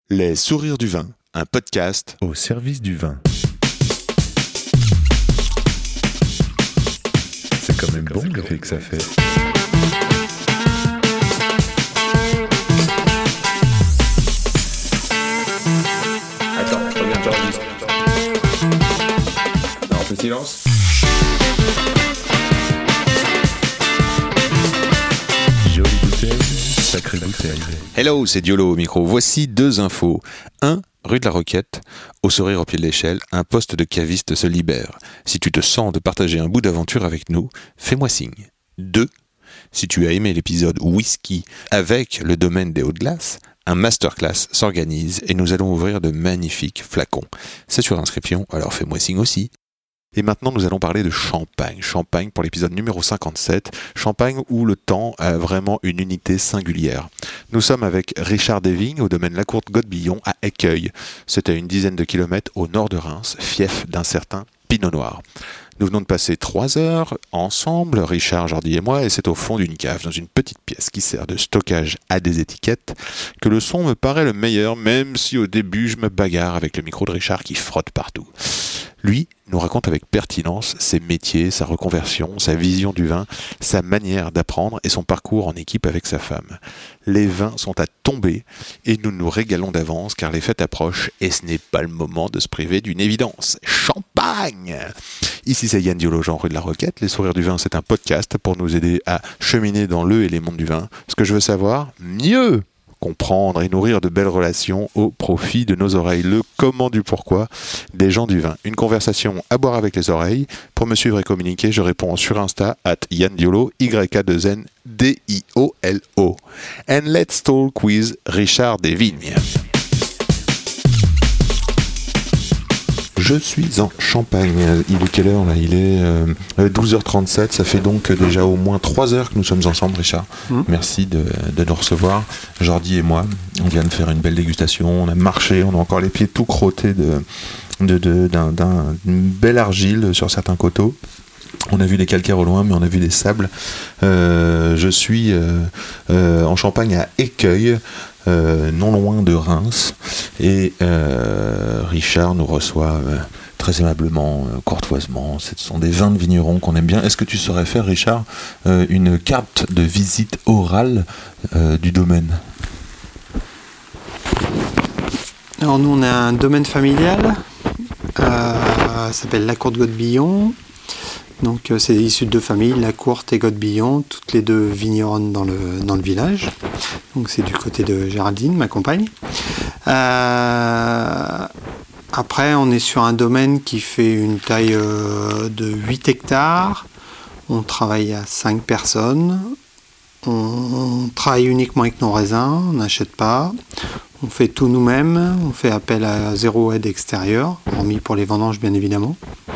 Les sourires du vin, un podcast au service du vin. C'est quand même bon l'effet que ça fait. Attends, regarde, j'enregistre. Non, on fait silence. Jolie bouteille, sacrée bouteille. Hello, c'est Diolo au micro. Voici deux infos. 1. Rue de la Roquette, au sourire au pied de l'échelle, un poste de caviste se libère. Si tu te sens de partager un bout d'aventure avec nous, fais-moi signe. 2. Si tu as aimé l'épisode Whisky avec le domaine des Hauts-de-Glace, un masterclass s'organise et nous allons ouvrir de magnifiques flacons. C'est sur inscription, alors fais-moi signe aussi. Et maintenant, nous allons parler de Champagne. Champagne pour l'épisode numéro 57. Champagne où le temps a vraiment une unité singulière. Nous sommes avec Richard Desvignes au domaine La Courte-Godbillon à Écueil. C'est à une dizaine de kilomètres au nord de Reims, fief d'un certain Pinot Noir. Nous venons de passer 3 heures ensemble, Richard, Jordi et moi, et c'est au fond d'une cave, dans une petite pièce qui sert de stockage à des étiquettes, que le son me paraît le meilleur, même si au début je me bagarre avec le micro de Richard qui frotte partout. Lui nous raconte avec pertinence ses métiers, sa reconversion, sa vision du vin, sa manière d'apprendre et son parcours en équipe avec sa femme. Les vins sont à tomber et nous nous régalons d'avance car les fêtes approchent et ce n'est pas le moment de se priver d'une évidence. Champagne! Ici c'est Yann Diolo, Jean rue de la Roquette. Les sourires du vin, c'est un podcast pour nous aider à cheminer dans le et les mondes du vin. Ce que je veux savoir, mieux comprendre et nourrir de belles relations au profit de nos oreilles. Le comment du pourquoi des gens du vin. Une conversation à boire avec les oreilles. Pour me suivre et communiquer, je réponds sur Insta @YannDiolo, YA2NDIOLO. And let's talk with Richard Desvignes. Je suis en Champagne. Il est quelle heure là ? Il est 12h37. Ça fait donc déjà au moins 3 heures que nous sommes ensemble, Richard. Merci de nous recevoir. Jordi et moi, on vient de faire une belle dégustation. On a marché, on a encore les pieds tout crottés d'une belle argile sur certains coteaux. On a vu des calcaires au loin, mais on a vu des sables. Je suis en Champagne à Écueil, non loin de Reims, et Richard nous reçoit très aimablement, courtoisement. Ce sont des vins de vignerons qu'on aime bien. Est-ce que tu saurais faire, Richard, une carte de visite orale du domaine ? Alors nous on a un domaine familial, ça s'appelle La Courte-Godbillon. Donc c'est issu de 2 familles, La Courte et Godbillon, toutes les 2 vigneronnes dans le village. Donc c'est du côté de Géraldine, ma compagne. Après on est sur un domaine qui fait une taille de 8 hectares. On travaille à 5 personnes. On travaille uniquement avec nos raisins, on n'achète pas. On fait tout nous-mêmes, on fait appel à 0 aide extérieure, hormis pour les vendanges bien évidemment.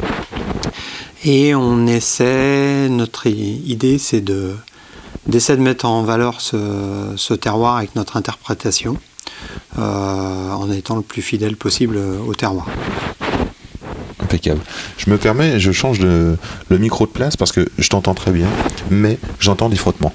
Et on essaie, notre idée c'est d'essayer de mettre en valeur ce terroir avec notre interprétation, en étant le plus fidèle possible au terroir. Impeccable. Je me permets, je change le micro de place parce que je t'entends très bien, mais j'entends des frottements.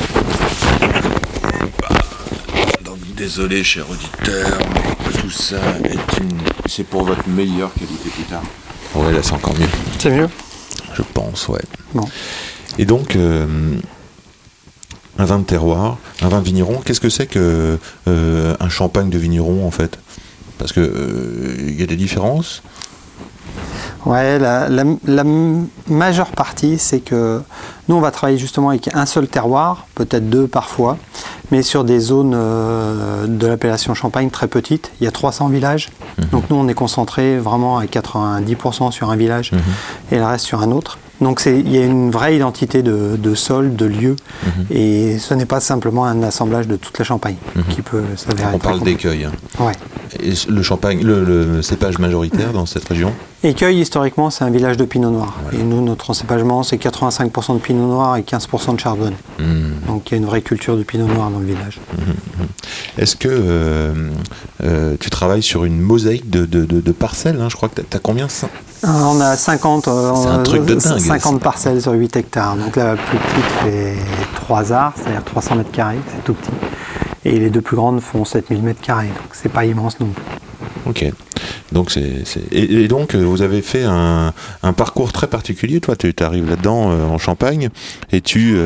Donc, désolé, cher auditeur, mais tout ça c'est pour votre meilleure qualité plus tard. Ouais, là c'est encore mieux. C'est mieux ? Je pense, ouais. Bon. Et donc, un vin de terroir, un vin de vigneron, qu'est-ce que c'est que un champagne de vigneron en fait ? Parce que y a des différences ? Ouais, la majeure partie, c'est que nous, on va travailler justement avec un seul terroir, peut-être 2 parfois, mais sur des zones de l'appellation Champagne très petites. Il y a 300 villages, donc nous, on est concentré vraiment à 90% sur un village et le reste sur un autre. Donc il y a une vraie identité de sol, de lieu, et ce n'est pas simplement un assemblage de toute la Champagne qui peut s'avérer. On parle d'Écueil. Hein. Ouais. Et le Champagne, le cépage majoritaire dans cette région ? Écueil, historiquement, c'est un village de Pinot Noir. Voilà. Et nous, notre encépagement, c'est 85% de Pinot Noir et 15% de Chardonnay. Donc il y a une vraie culture du Pinot Noir dans le village. Est-ce que tu travailles sur une mosaïque de parcelles, hein ? Je crois que tu as combien ? On a 50, c'est un truc de dingue, 50 parcelles sur 8 hectares. Donc la plus petite fait 3 arts, c'est-à-dire 300 mètres carrés, c'est tout petit. Et les deux plus grandes font 7000 m², donc c'est pas immense non plus. Ok. Donc et donc vous avez fait un parcours très particulier. Toi, tu arrives là-dedans en Champagne et tu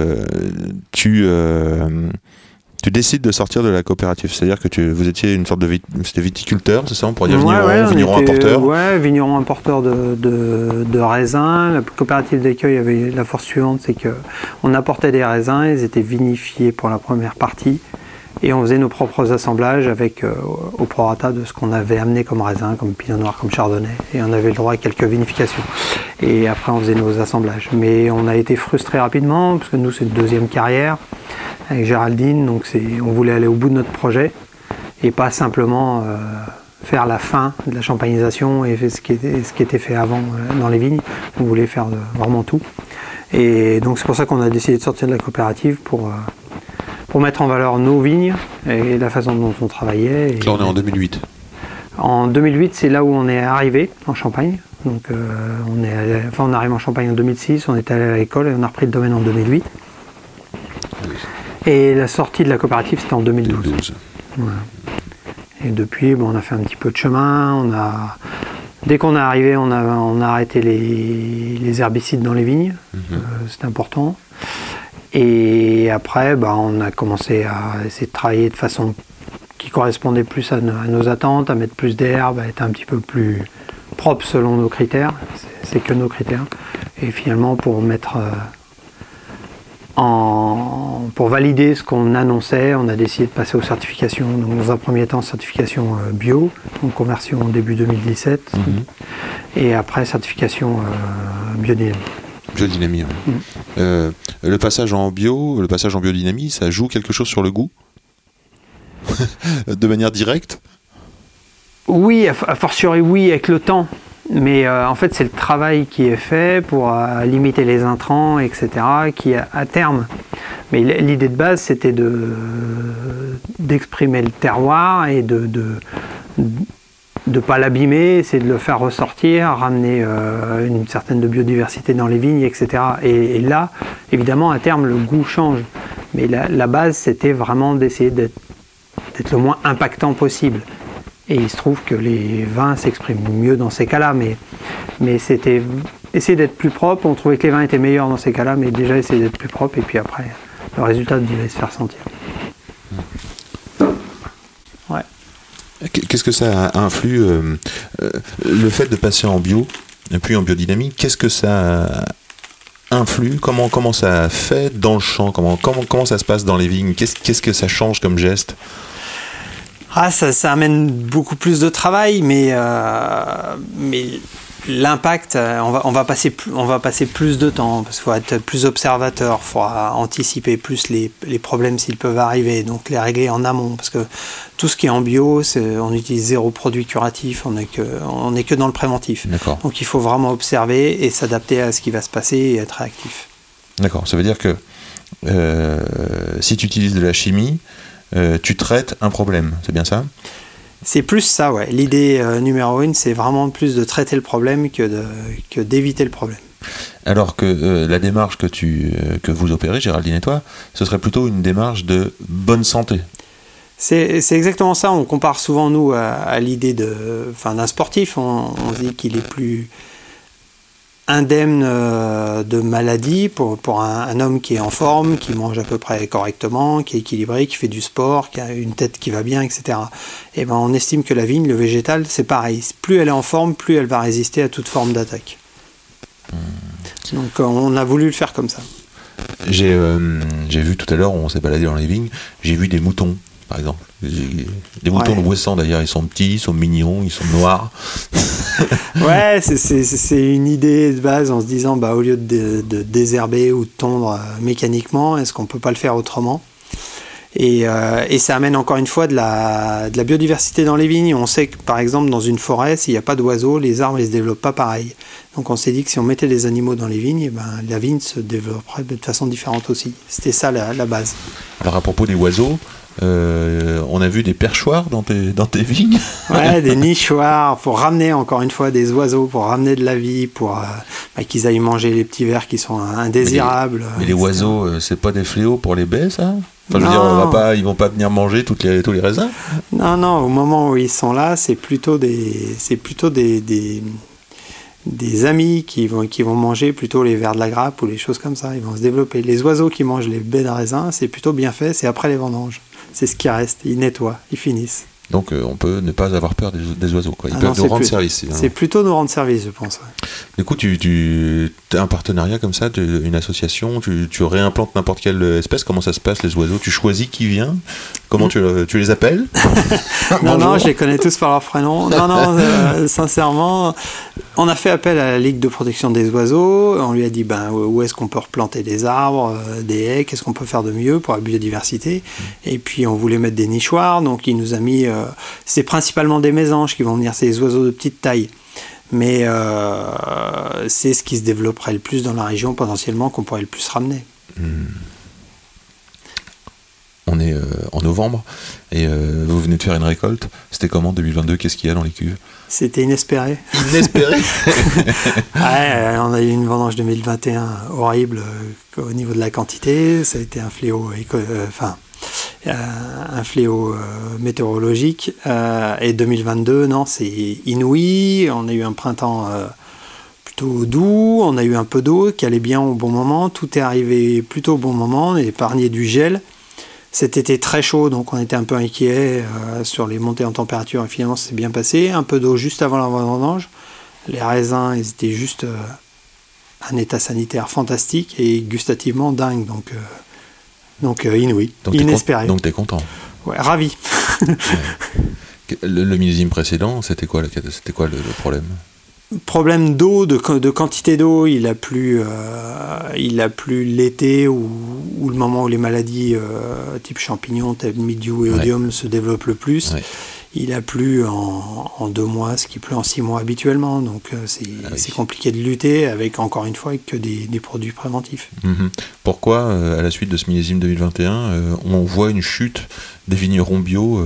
décides de sortir de la coopérative. C'est-à-dire que vous étiez une sorte c'était viticulteur, c'est ça, on pourrait dire vigneron importeur. Ouais, vigneron importeur de raisins. La coopérative d'accueil avait la force suivante, c'est qu'on apportait des raisins, ils étaient vinifiés pour la première partie. Et on faisait nos propres assemblages avec au prorata de ce qu'on avait amené comme raisin, comme pinot noir, comme chardonnay. Et on avait le droit à quelques vinifications. Et après, on faisait nos assemblages. Mais on a été frustrés rapidement, parce que nous, c'est une deuxième carrière avec Géraldine. Donc on voulait aller au bout de notre projet et pas simplement faire la fin de la champagnisation et ce qui était fait avant dans les vignes. On voulait faire vraiment tout. Et donc, c'est pour ça qu'on a décidé de sortir de la coopérative pour mettre en valeur nos vignes et la façon dont on travaillait. Là, on est en 2008. En 2008, c'est là où on est arrivé en Champagne. Donc, on arrive en Champagne en 2006, on est allé à l'école et on a repris le domaine en 2008. Et la sortie de la coopérative, c'était en 2012. Voilà. Et depuis, on a fait un petit peu de chemin. Dès qu'on est arrivé, on a arrêté les herbicides dans les vignes. C'est important. Et après, on a commencé à essayer de travailler de façon qui correspondait plus à nos attentes, à mettre plus d'herbe, à être un petit peu plus propre selon nos critères. C'est que nos critères. Et finalement, pour pour valider ce qu'on annonçait, on a décidé de passer aux certifications. Donc, dans un premier temps, certification bio, donc conversion en début 2017. Et après, certification biodynamie. Biodynamie, oui. Le passage en biodynamie, ça joue quelque chose sur le goût de manière directe? Oui, a fortiori oui, avec le temps. Mais en fait, c'est le travail qui est fait pour limiter les intrants, etc., qui à terme. Mais l'idée de base, c'était d'exprimer le terroir et de pas l'abîmer, c'est de le faire ressortir, ramener une certaine de biodiversité dans les vignes, etc. Et là, évidemment, à terme, le goût change. Mais la base, c'était vraiment d'essayer d'être le moins impactant possible. Et il se trouve que les vins s'expriment mieux dans ces cas-là, mais c'était essayer d'être plus propre. On trouvait que les vins étaient meilleurs dans ces cas-là, mais déjà essayer d'être plus propre, et puis après, le résultat devait se faire sentir. Ouais. Qu'est-ce que ça influe, le fait de passer en bio, et puis en biodynamie, qu'est-ce que ça influe, comment ça fait dans le champ, comment ça se passe dans les vignes, qu'est-ce que ça change comme geste? Ça amène beaucoup plus de travail, mais l'impact, on va passer plus de temps, parce qu'il faut être plus observateur, il faut anticiper plus les problèmes s'ils peuvent arriver, donc les régler en amont, parce que tout ce qui est en bio, on utilise 0 produit curatif, on est que dans le préventif. D'accord. Donc il faut vraiment observer et s'adapter à ce qui va se passer et être réactif. D'accord, ça veut dire que si tu utilises de la chimie, tu traites un problème, c'est bien ça? C'est plus ça, ouais. L'idée numéro 1, c'est vraiment plus de traiter le problème que d'éviter le problème. Alors que la démarche que vous opérez, Géraldine et toi, ce serait plutôt une démarche de bonne santé. C'est exactement ça. On compare souvent, nous, à l'idée d'un sportif. On se dit qu'il est plus indemne de maladies pour un homme qui est en forme, qui mange à peu près correctement, qui est équilibré, qui fait du sport, qui a une tête qui va bien, etc. Et on estime que la vigne, le végétal, c'est pareil. Plus elle est en forme, plus elle va résister à toute forme d'attaque. Donc on a voulu le faire comme ça. J'ai vu tout à l'heure, on s'est baladé dans les vignes, j'ai vu des moutons, par exemple. Des moutons de Ouessant, d'ailleurs, ils sont petits, ils sont mignons, ils sont noirs. Ouais, c'est une idée de base en se disant, au lieu de désherber ou de tondre mécaniquement, est-ce qu'on peut pas le faire autrement ? Et ça amène encore une fois de la biodiversité dans les vignes. On sait que par exemple dans une forêt, s'il n'y a pas d'oiseaux, les arbres ne se développent pas pareil. Donc on s'est dit que si on mettait des animaux dans les vignes, la vigne se développerait de façon différente aussi. C'était ça la base. Alors à propos des oiseaux, on a vu des perchoirs dans tes vignes. Ouais, des nichoirs pour ramener encore une fois des oiseaux, pour ramener de la vie, pour qu'ils aillent manger les petits vers qui sont indésirables. Mais les oiseaux, c'est pas des fléaux pour les baies, ça ? Enfin, je veux dire, Non. ils vont pas venir manger tous les raisins. Non, au moment où ils sont là, c'est plutôt des amis qui vont manger plutôt les vers de la grappe ou les choses comme ça. Ils vont se développer. Les oiseaux qui mangent les baies de raisin, c'est plutôt bien fait, c'est après les vendanges. C'est ce qui reste. Ils nettoient, ils finissent. Donc on peut ne pas avoir peur des oiseaux, quoi. Ils Ah peuvent non, nous c'est rendre plus- service. C'est plutôt nous rendre service, je pense. Ouais. Du coup, tu as un partenariat comme ça, une association, tu réimplantes n'importe quelle espèce. Comment ça se passe, les oiseaux? Tu choisis qui vient? Comment tu les appelles? Non, je les connais tous par leur prénom. Non, sincèrement, on a fait appel à la Ligue de protection des oiseaux. On lui a dit où est-ce qu'on peut replanter des arbres, des haies, qu'est-ce qu'on peut faire de mieux pour la biodiversité. Et puis on voulait mettre des nichoirs, donc il nous a mis... c'est principalement des mésanges qui vont venir, c'est des oiseaux de petite taille. Mais c'est ce qui se développerait le plus dans la région, potentiellement, qu'on pourrait le plus ramener. On est en novembre et vous venez de faire une récolte. C'était comment 2022? Qu'est-ce qu'il y a dans les cuves? C'était inespéré. Inespéré. On a eu une vendange 2021 horrible au niveau de la quantité. Ça a été un fléau, un fléau météorologique. Et 2022, non, c'est inouï. On a eu un printemps plutôt doux. On a eu un peu d'eau qui allait bien au bon moment. Tout est arrivé plutôt au bon moment. On a épargné du gel. Cet été très chaud, donc on était un peu inquiet sur les montées en température et finalement ça s'est bien passé. Un peu d'eau juste avant la vendange. Les raisins, ils étaient juste un état sanitaire fantastique et gustativement dingue, donc inouï, inespéré. Donc t'es content. Ouais, ravi. Ouais. Le millésime précédent, c'était quoi le problème? Problème d'eau, de quantité d'eau, il a plu l'été ou le moment où les maladies type champignons, type mildiou et odium se développent le plus. Ouais. Il a plu en 2 mois, ce qui pleut en 6 mois habituellement, donc c'est compliqué de lutter avec, encore une fois, avec que des produits préventifs. Pourquoi, à la suite de ce millésime 2021, on voit une chute des vignerons bio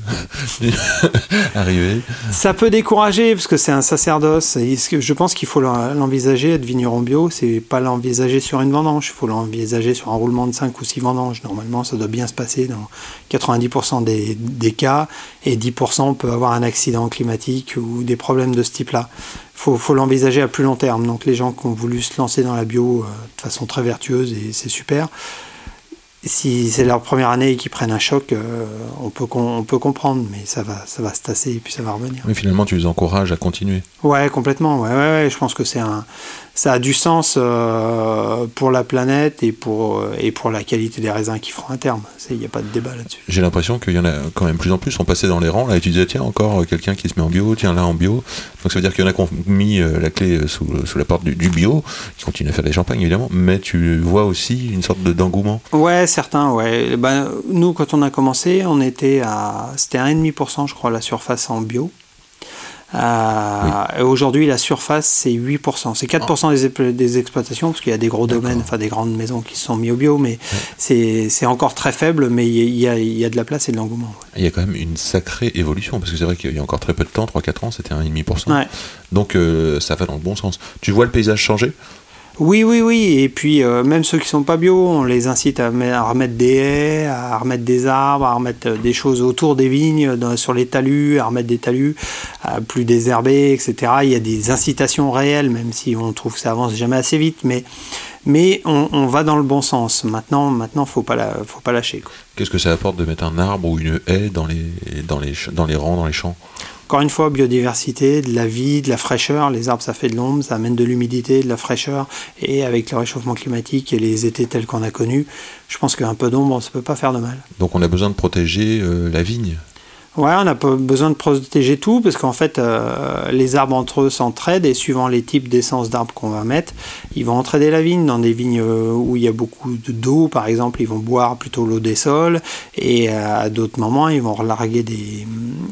arriver? Ça peut décourager, parce que c'est un sacerdoce. Je pense qu'il faut l'envisager, être vigneron bio, c'est pas l'envisager sur une vendange, il faut l'envisager sur un roulement de 5 ou 6 vendanges. Normalement, ça doit bien se passer dans 90% des cas, et 10% on peut avoir un accident climatique ou des problèmes de ce type-là. Faut l'envisager à plus long terme. Donc les gens qui ont voulu se lancer dans la bio de façon très vertueuse, et c'est super. Si c'est leur première année et qu'ils prennent un choc, on peut comprendre, mais ça va se tasser et puis ça va revenir. Mais finalement, tu les encourages à continuer. Ouais, complètement. Ouais. Je pense que ça a du sens pour la planète et pour la qualité des raisins qu'ils feront à terme. Il n'y a pas de débat là-dessus. J'ai l'impression qu'il y en a quand même plus en plus. On passait dans les rangs là et tu disais tiens encore quelqu'un qui se met en bio, tiens là en bio. Donc ça veut dire qu'il y en a qui ont mis la clé sous la porte du bio, qui continuent à faire des champagnes évidemment, mais tu vois aussi une sorte d'engouement. Ouais, certains, ouais. Nous, quand on a commencé, c'était 1,5% je crois la surface en bio. Et aujourd'hui, la surface, c'est 8%. C'est 4% des exploitations, parce qu'il y a des gros domaines, des grandes maisons qui se sont mis au bio, mais c'est encore très faible, mais il y a de la place et de l'engouement. Ouais. Il y a quand même une sacrée évolution, parce que c'est vrai qu'il y a encore très peu de temps, 3-4 ans, c'était 1,5%. Ouais. Donc ça va dans le bon sens. Tu vois le paysage changer ? Oui. Et puis, même ceux qui ne sont pas bio, on les incite à remettre des haies, à remettre des arbres, à remettre des choses autour des vignes, sur les talus, à remettre des talus, à plus désherber, etc. Il y a des incitations réelles, même si on trouve que ça avance jamais assez vite, mais on va dans le bon sens. Maintenant, faut pas lâcher, quoi. Qu'est-ce que ça apporte de mettre un arbre ou une haie dans les rangs, dans les champs ? Encore une fois, biodiversité, de la vie, de la fraîcheur. Les arbres, ça fait de l'ombre, ça amène de l'humidité, de la fraîcheur. Et avec le réchauffement climatique et les étés tels qu'on a connus, je pense qu'un peu d'ombre, ça peut pas faire de mal. Donc on a besoin de protéger la vigne. Ouais, on a besoin de protéger tout, parce qu'en fait, les arbres entre eux s'entraident, et suivant les types d'essences d'arbres qu'on va mettre, ils vont entraider la vigne. Dans des vignes où il y a beaucoup d'eau, par exemple, ils vont boire plutôt l'eau des sols, et à d'autres moments, ils vont relarguer des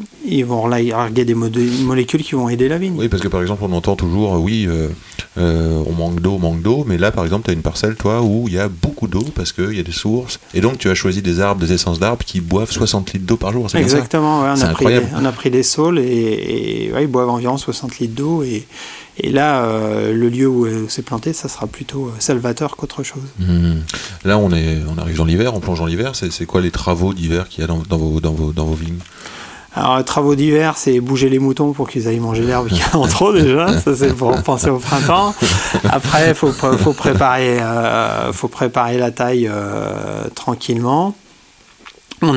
molécules qui vont aider la vigne. Oui, parce que par exemple, on entend toujours, on manque d'eau, mais là, par exemple, tu as une parcelle, toi, où il y a beaucoup d'eau, parce qu'il y a des sources, et donc tu as choisi des essences d'arbres qui boivent 60 litres d'eau par jour, c'est exactement. Bien ça ? Ouais, on a pris des saules et ils boivent environ 60 litres d'eau, et Et là, le lieu où c'est planté, ça sera plutôt salvateur qu'autre chose. Là, on arrive dans l'hiver, on plonge dans l'hiver. C'est quoi les travaux d'hiver qu'il y a dans vos vignes? Alors, les travaux d'hiver, c'est bouger les moutons pour qu'ils aillent manger l'herbe qu'il y a en trop déjà. Ça, c'est pour penser au printemps. Après, faut préparer la taille tranquillement. On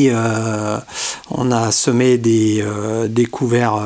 a semé des couverts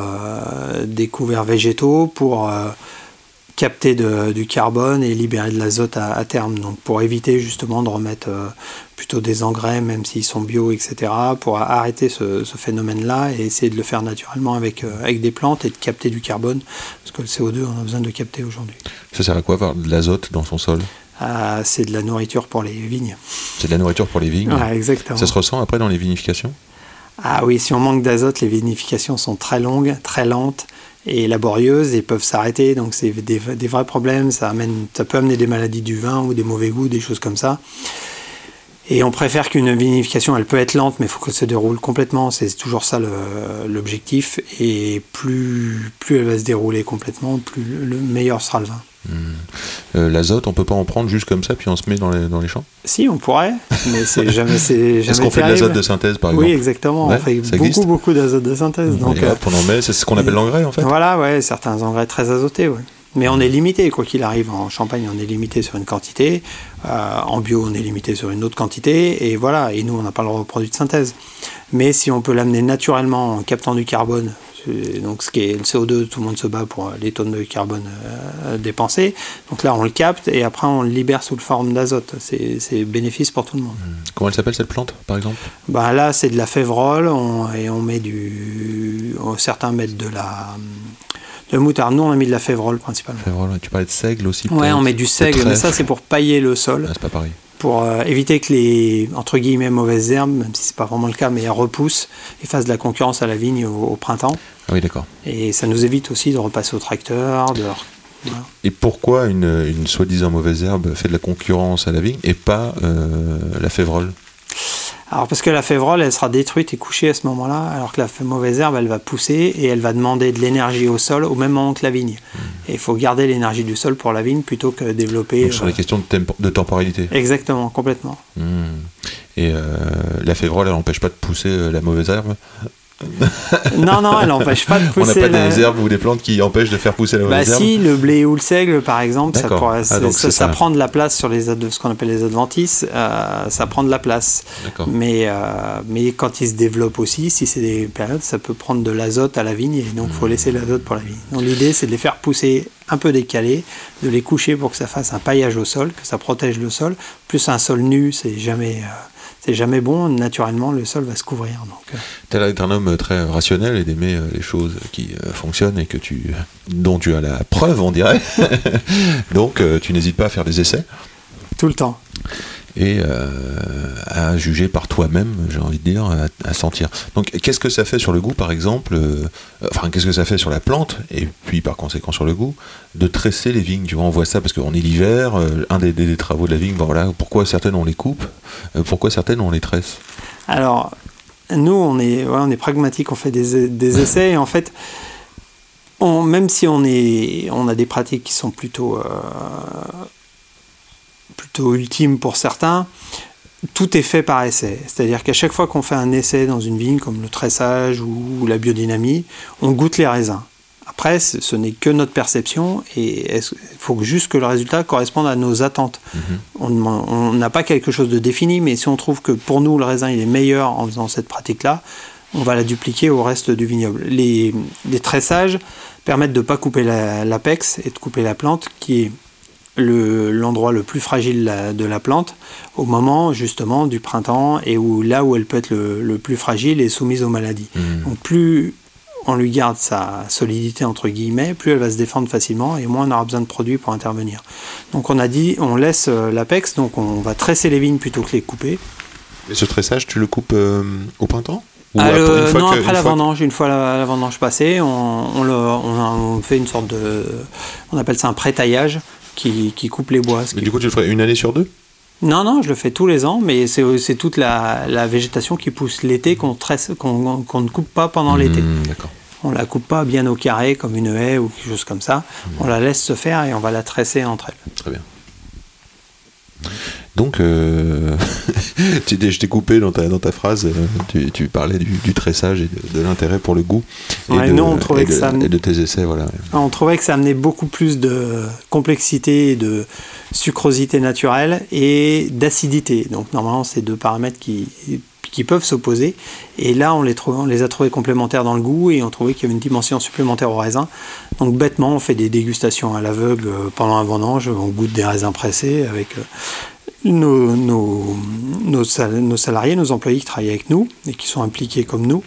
végétaux pour capter du carbone et libérer de l'azote à terme. Donc pour éviter justement de remettre plutôt des engrais, même s'ils sont bio, etc., pour arrêter ce phénomène-là et essayer de le faire naturellement avec des plantes et de capter du carbone, parce que le CO2, on a besoin de le capter aujourd'hui. Ça sert à quoi, avoir de l'azote dans son sol? C'est de la nourriture pour les vignes. C'est de la nourriture pour les vignes? Ouais, exactement. Ça se ressent après dans les vinifications? Ah oui, si on manque d'azote, les vinifications sont très longues, très lentes et laborieuses et peuvent s'arrêter, donc c'est des vrais problèmes. Ça peut amener des maladies du vin ou des mauvais goûts, des choses comme ça. Et on préfère qu'une vinification, elle peut être lente, mais il faut qu'elle se déroule complètement. C'est toujours ça l'objectif. Et plus elle va se dérouler complètement, plus le meilleur sera le vin. L'azote, on peut pas en prendre juste comme ça, puis on se met dans les champs? Si, on pourrait, mais c'est jamais Est-ce qu'on fait de l'azote de synthèse, par exemple? Oui, exactement. Ouais, on fait beaucoup d'azote de synthèse. Donc, on en met, c'est ce qu'on appelle l'engrais, en fait? Voilà, ouais, certains engrais très azotés, ouais. Mais on est limité, quoi qu'il arrive. En Champagne, on est limité sur une quantité. En bio, on est limité sur une autre quantité. Et voilà, et nous, on n'a pas le droit aux produits de synthèse. Mais si on peut l'amener naturellement en captant du carbone, donc ce qui est le CO2, tout le monde se bat pour les tonnes de carbone dépensées. Donc là, on le capte et après, on le libère sous forme d'azote. C'est bénéfice pour tout le monde. Comment elle s'appelle, cette plante, par exemple? Là, c'est de la févrole et on met certains mettent de la moutarde. Nous, on a mis de la févrole principalement. Févrole, tu parlais de seigle aussi? Ouais, on met du seigle, mais ça, c'est pour pailler le sol. Ah, c'est pas pareil. Pour éviter que les, entre guillemets, mauvaises herbes, même si c'est pas vraiment le cas, mais elles repoussent et fassent de la concurrence à la vigne au printemps. Ah oui, d'accord. Et ça nous évite aussi de repasser au tracteur. Voilà. Et pourquoi une soi-disant mauvaise herbe fait de la concurrence à la vigne et pas la févrole? Alors parce que la févrole, elle sera détruite et couchée à ce moment-là, alors que la mauvaise herbe, elle va pousser et elle va demander de l'énergie au sol au même moment que la vigne. Et il faut garder l'énergie du sol pour la vigne plutôt que développer... Donc sur les questions de temporalité. Exactement, complètement. Et la févrole, elle n'empêche pas de pousser la mauvaise herbe? Non, elle n'empêche pas de pousser. On n'a pas des herbes ou des plantes qui empêchent de faire pousser la mauvaise herbe? Si, le blé ou le seigle, par exemple, ça prend de la place sur ce qu'on appelle les adventices, ça prend de la place. Mais quand ils se développent aussi, si c'est des périodes, ça peut prendre de l'azote à la vigne, et donc il faut laisser l'azote pour la vigne. Donc l'idée, c'est de les faire pousser un peu décalés, de les coucher pour que ça fasse un paillage au sol, que ça protège le sol. Plus un sol nu, c'est jamais bon, naturellement le sol va se couvrir. Tu as l'air d'être un homme très rationnel et d'aimer les choses qui fonctionnent et dont tu as la preuve, on dirait. Donc tu n'hésites pas à faire des essais. Tout le temps. Et à juger par toi-même, j'ai envie de dire, à sentir. Donc qu'est-ce que ça fait sur le goût, par exemple, qu'est-ce que ça fait sur la plante, et puis par conséquent sur le goût, de tresser les vignes? Tu vois, on voit ça parce qu'on est l'hiver, un des travaux de la vigne, pourquoi certaines on les coupe, pourquoi certaines on les tresse? Alors, nous, on est pragmatique, on fait des essais, et en fait, même si on a des pratiques qui sont plutôt ultime pour certains, tout est fait par essai. C'est-à-dire qu'à chaque fois qu'on fait un essai dans une vigne, comme le tressage ou la biodynamie, on goûte les raisins. Après, ce n'est que notre perception et il faut juste que le résultat corresponde à nos attentes. On n'a pas quelque chose de défini, mais si on trouve que pour nous, le raisin il est meilleur en faisant cette pratique-là, on va la dupliquer au reste du vignoble. Les tressages permettent de ne pas couper l'apex et de couper la plante, qui est l'endroit le plus fragile de la plante au moment justement du printemps et là où elle peut être le plus fragile et soumise aux maladies. Donc plus on lui garde sa solidité entre guillemets, plus elle va se défendre facilement et moins on aura besoin de produits pour intervenir. Donc on a dit on laisse l'apex, donc on va tresser les vignes plutôt que les couper. Et ce tressage tu le coupes au printemps? Non, après la vendange, une fois la vendange passée, on fait une sorte de, on appelle ça un pré-taillage qui coupe les bois. Mais du coup, tu le ferais une année sur deux? Non, je le fais tous les ans, mais c'est toute la végétation qui pousse l'été qu'on ne coupe pas pendant l'été. D'accord. On la coupe pas bien au carré comme une haie ou quelque chose comme ça. On la laisse se faire et on va la tresser entre elles. Très bien. Donc, je t'ai coupé dans ta phrase, tu parlais du tressage et de l'intérêt pour le goût et, Ouais, nous, on trouvait que ça et de tes essais. Voilà. On trouvait que ça amenait beaucoup plus de complexité et de sucrosité naturelle et d'acidité. Donc normalement, c'est deux paramètres qui peuvent s'opposer. Et là, on les a trouvés complémentaires dans le goût et on trouvait qu'il y avait une dimension supplémentaire au raisin. Donc bêtement, on fait des dégustations à l'aveugle pendant un vendange. On goûte des raisins pressés avec nos salariés, nos employés qui travaillent avec nous et qui sont impliqués comme nous.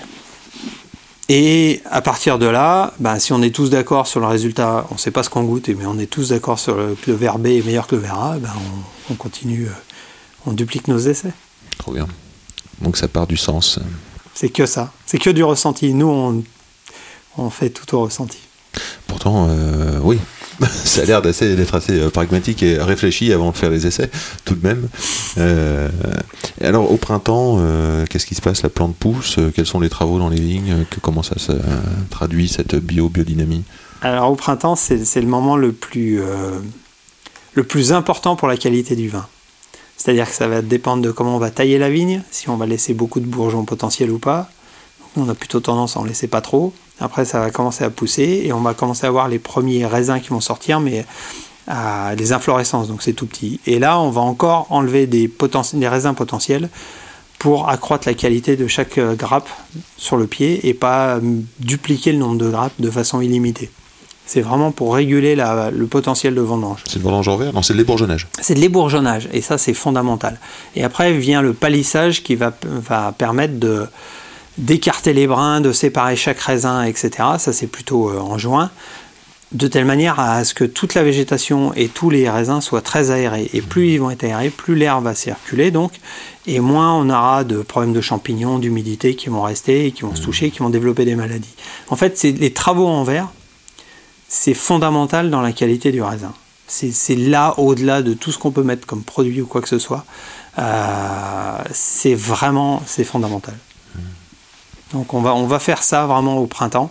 Et à partir de là, si on est tous d'accord sur le résultat, on ne sait pas ce qu'on goûte, mais on est tous d'accord sur que le verre B est meilleur que le verre A, on continue, on duplique nos essais. Trop bien. Donc ça part du sens. C'est que ça, c'est que du ressenti. Nous, on fait tout au ressenti. Pourtant, oui, ça a l'air d'être assez pragmatique et réfléchi avant de faire les essais, tout de même. Et alors, au printemps, qu'est-ce qui se passe? La plante pousse? Quels sont les travaux dans les vignes? Comment ça se traduit, cette biodynamie? Alors, au printemps, c'est le moment le plus important pour la qualité du vin. C'est-à-dire que ça va dépendre de comment on va tailler la vigne, si on va laisser beaucoup de bourgeons potentiels ou pas. Nous, on a plutôt tendance à en laisser pas trop. Après, ça va commencer à pousser et on va commencer à voir les premiers raisins qui vont sortir, mais à des inflorescences, donc c'est tout petit. Et là, on va encore enlever des raisins potentiels pour accroître la qualité de chaque grappe sur le pied et pas dupliquer le nombre de grappes de façon illimitée. C'est vraiment pour réguler le potentiel de vendange. C'est le vendange en verre? Non, c'est de l'ébourgeonnage. C'est de l'ébourgeonnage et ça, c'est fondamental. Et après vient le palissage qui va permettre d'écarter les brins, de séparer chaque raisin, etc. Ça, c'est plutôt en juin, de telle manière à ce que toute la végétation et tous les raisins soient très aérés. Et plus ils vont être aérés, plus l'air va circuler, donc, et moins on aura de problèmes de champignons, d'humidité qui vont rester et qui vont se toucher, qui vont développer des maladies. En fait, les travaux en verre, c'est fondamental dans la qualité du raisin. C'est là, au-delà de tout ce qu'on peut mettre comme produit ou quoi que ce soit, c'est fondamental. Donc on va faire ça vraiment au printemps.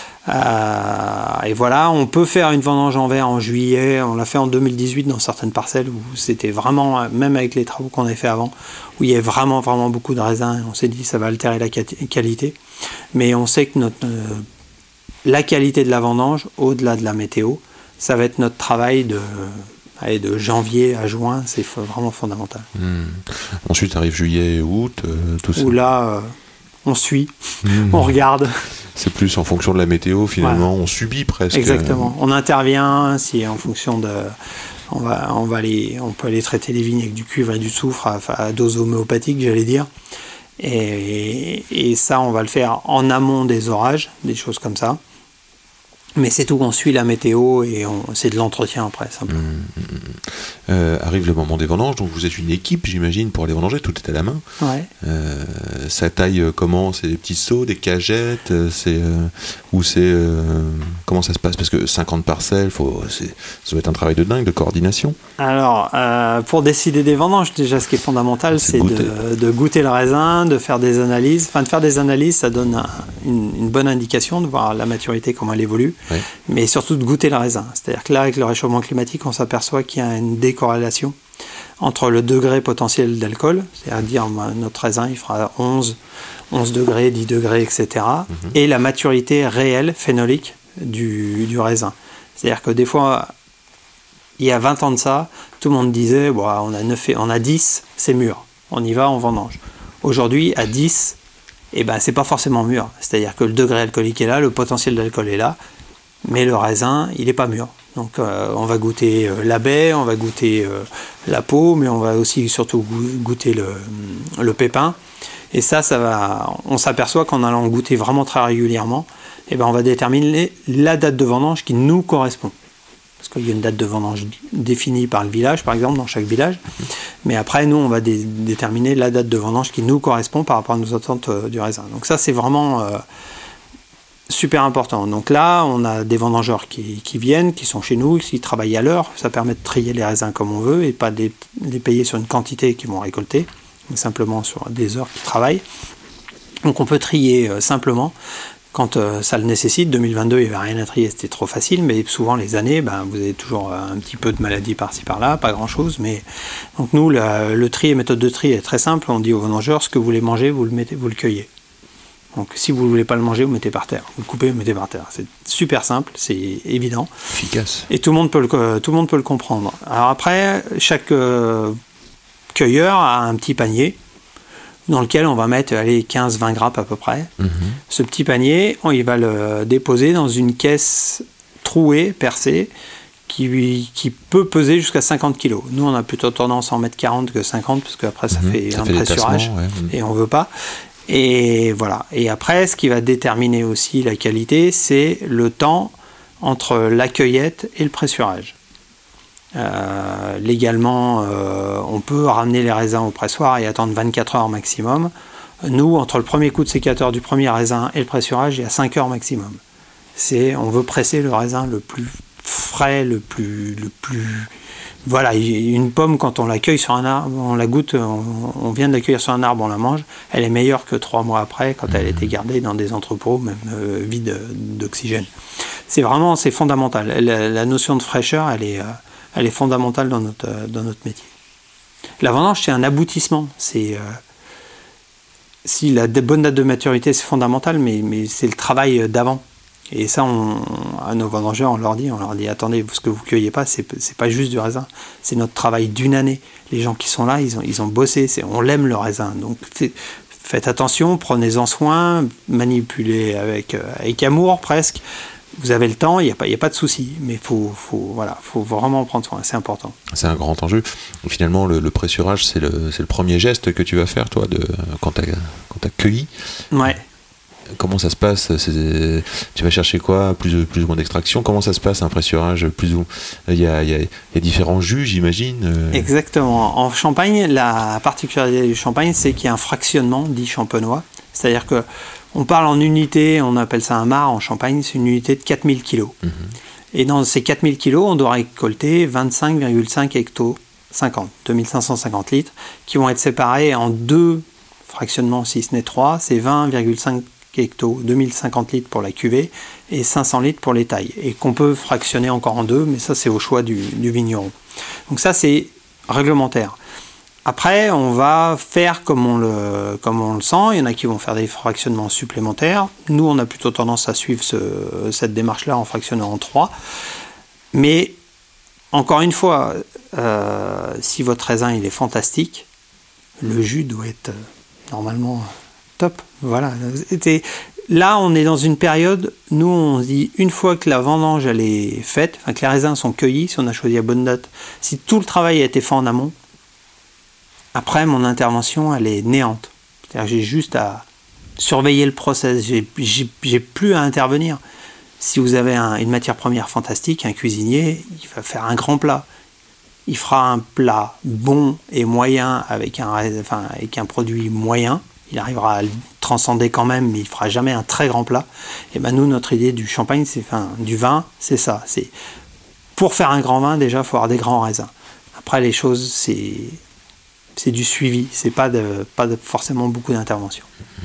Et voilà, on peut faire une vendange en verre en juillet. On l'a fait en 2018 dans certaines parcelles où c'était vraiment, même avec les travaux qu'on avait fait avant, où il y avait vraiment, vraiment beaucoup de raisins. Et on s'est dit ça va altérer la qualité. Mais on sait que la qualité de la vendange, au-delà de la météo, ça va être notre travail de janvier à juin. C'est vraiment fondamental. Ensuite arrive juillet et août, tout ça. Où là... on suit, on regarde. C'est plus en fonction de la météo, finalement, voilà. On subit presque. Exactement. On intervient si en fonction de... On peut aller traiter les vignes avec du cuivre et du soufre à dose homéopathique, j'allais dire. Et ça, on va le faire en amont des orages, des choses comme ça. Mais c'est tout, on suit la météo et c'est de l'entretien après, simplement. Arrive le moment des vendanges, donc vous êtes une équipe, j'imagine, pour aller vendanger, tout est à la main. Ouais. Ça taille comment? C'est des petits seaux, des cagettes? Comment ça se passe? Parce que 50 parcelles, ça doit être un travail de dingue, de coordination. Alors, pour décider des vendanges, déjà, ce qui est fondamental, c'est de goûter le raisin, de faire des analyses. Enfin, de faire des analyses, ça donne une bonne indication de voir la maturité, comment elle évolue. Oui. Mais surtout de goûter le raisin. C'est-à-dire que là, avec le réchauffement climatique, on s'aperçoit qu'il y a une décorrélation entre le degré potentiel d'alcool, c'est-à-dire notre raisin, il fera 11 degrés, 10 degrés, etc., et la maturité réelle, phénolique, du raisin. C'est-à-dire que des fois, il y a 20 ans de ça, tout le monde disait, on a 10, c'est mûr, on y va, on vendange. Aujourd'hui, à 10, c'est pas forcément mûr. C'est-à-dire que le degré alcoolique est là, le potentiel d'alcool est là, mais le raisin, il n'est pas mûr. Donc on va goûter la baie, on va goûter la peau, mais on va aussi surtout goûter le pépin. Et on s'aperçoit qu'en allant goûter vraiment très régulièrement, on va déterminer la date de vendange qui nous correspond. Parce qu'il y a une date de vendange définie par le village, par exemple, dans chaque village. Mais après, nous, on va déterminer la date de vendange qui nous correspond par rapport à nos attentes du raisin. Donc ça, c'est vraiment super important. Donc là, on a des vendangeurs qui viennent, qui sont chez nous, qui travaillent à l'heure. Ça permet de trier les raisins comme on veut et pas de les payer sur une quantité qu'ils vont récolter, mais simplement sur des heures qu'ils travaillent. Donc on peut trier simplement. quand ça le nécessite. 2022, il n'y avait rien à trier, c'était trop facile, mais souvent les années, vous avez toujours un petit peu de maladie par-ci par-là, pas grand-chose. Mais donc nous, le tri, méthode de tri est très simple. On dit aux vendangeurs, ce que vous voulez manger, vous le cueillez. Donc si vous ne voulez pas le manger, vous le mettez par terre. Vous le coupez, vous le mettez par terre. C'est super simple, c'est évident. Efficace. Et tout le monde peut le comprendre. Alors après, chaque cueilleur a un petit panier dans lequel on va mettre 15-20 grappes à peu près. Ce petit panier, il va le déposer dans une caisse trouée, percée, qui peut peser jusqu'à 50 kg. Nous, on a plutôt tendance à en mettre 40 que 50, parce qu'après, ça fait un pressurage, et on ne veut pas. Et voilà. Et après, ce qui va déterminer aussi la qualité, c'est le temps entre la cueillette et le pressurage. Légalement, on peut ramener les raisins au pressoir et attendre 24 heures maximum. Nous, entre le premier coup de sécateur du premier raisin et le pressurage, il y a 5 heures maximum. On veut presser le raisin le plus frais, le plus... Voilà, une pomme, quand on la cueille sur un arbre, on la goûte, on vient de la cueillir sur un arbre, on la mange, elle est meilleure que 3 mois après, quand elle était gardée dans des entrepôts, même vides d'oxygène. C'est fondamental. La notion de fraîcheur, elle est fondamentale dans notre métier. La vendange, c'est un aboutissement. Si la bonne date de maturité, c'est fondamental, mais c'est le travail d'avant. Et ça, à nos vendangeurs, on leur dit, attendez, ce que vous cueillez pas, c'est pas juste du raisin, c'est notre travail d'une année. Les gens qui sont là, ils ont bossé, on l'aime le raisin. Donc faites attention, prenez-en soin, manipulez avec amour presque. Vous avez le temps, il n'y a pas de souci, mais faut vraiment en prendre soin, c'est important. C'est un grand enjeu. Finalement, le pressurage, c'est le premier geste que tu vas faire, toi, quand tu as cueilli. Ouais. Comment ça se passe? Tu vas chercher quoi? Plus ou moins d'extraction? Comment ça se passe un pressurage? Il y a différents jus, j'imagine. Exactement. En Champagne, la particularité du Champagne, c'est qu'il y a un fractionnement dit champenois. C'est-à-dire que on parle en unité, on appelle ça un mar en Champagne, c'est une unité de 4000 kg. Et dans ces 4000 kg, on doit récolter 25,5 hecto 2550 litres, qui vont être séparés en 2 fractionnements, si ce n'est 3, c'est 20,5 hecto, 2050 litres pour la cuvée et 500 litres pour les tailles, et qu'on peut fractionner encore en 2, mais ça c'est au choix du vigneron. Donc ça c'est réglementaire. Après on va faire comme on le sent, il y en a qui vont faire des fractionnements supplémentaires, nous on a plutôt tendance à suivre cette démarche là en fractionnant en 3, mais encore une fois, si votre raisin il est fantastique, le jus doit être normalement top. Voilà. Là, on est dans une période, nous, on dit, une fois que la vendange elle est faite, que les raisins sont cueillis, si on a choisi la bonne date, si tout le travail a été fait en amont, après, mon intervention, elle est néante. C'est-à-dire que j'ai juste à surveiller le process, j'ai plus à intervenir. Si vous avez une matière première fantastique, un cuisinier, il va faire un grand plat. Il fera un plat bon et moyen avec un produit moyen. Il arrivera à le transcender quand même, mais il ne fera jamais un très grand plat. Et nous, notre idée du champagne, du vin, c'est ça. C'est, pour faire un grand vin, déjà, il faut avoir des grands raisins. Après, les choses, c'est du suivi. C'est pas forcément beaucoup d'intervention.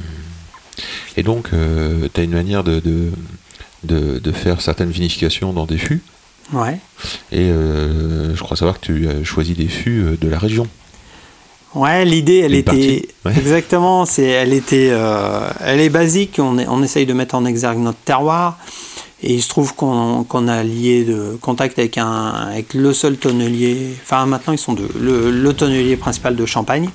Et donc, tu as une manière de faire certaines vinifications dans des fûts. Ouais. Et je crois savoir que tu as choisi des fûts de la région. Ouais, l'idée, elle était exactement, elle est basique. On essaye de mettre en exergue notre terroir, et il se trouve qu'on a lié de contact avec le seul tonnelier. Enfin, maintenant ils sont deux. Le tonnelier principal de Champagne,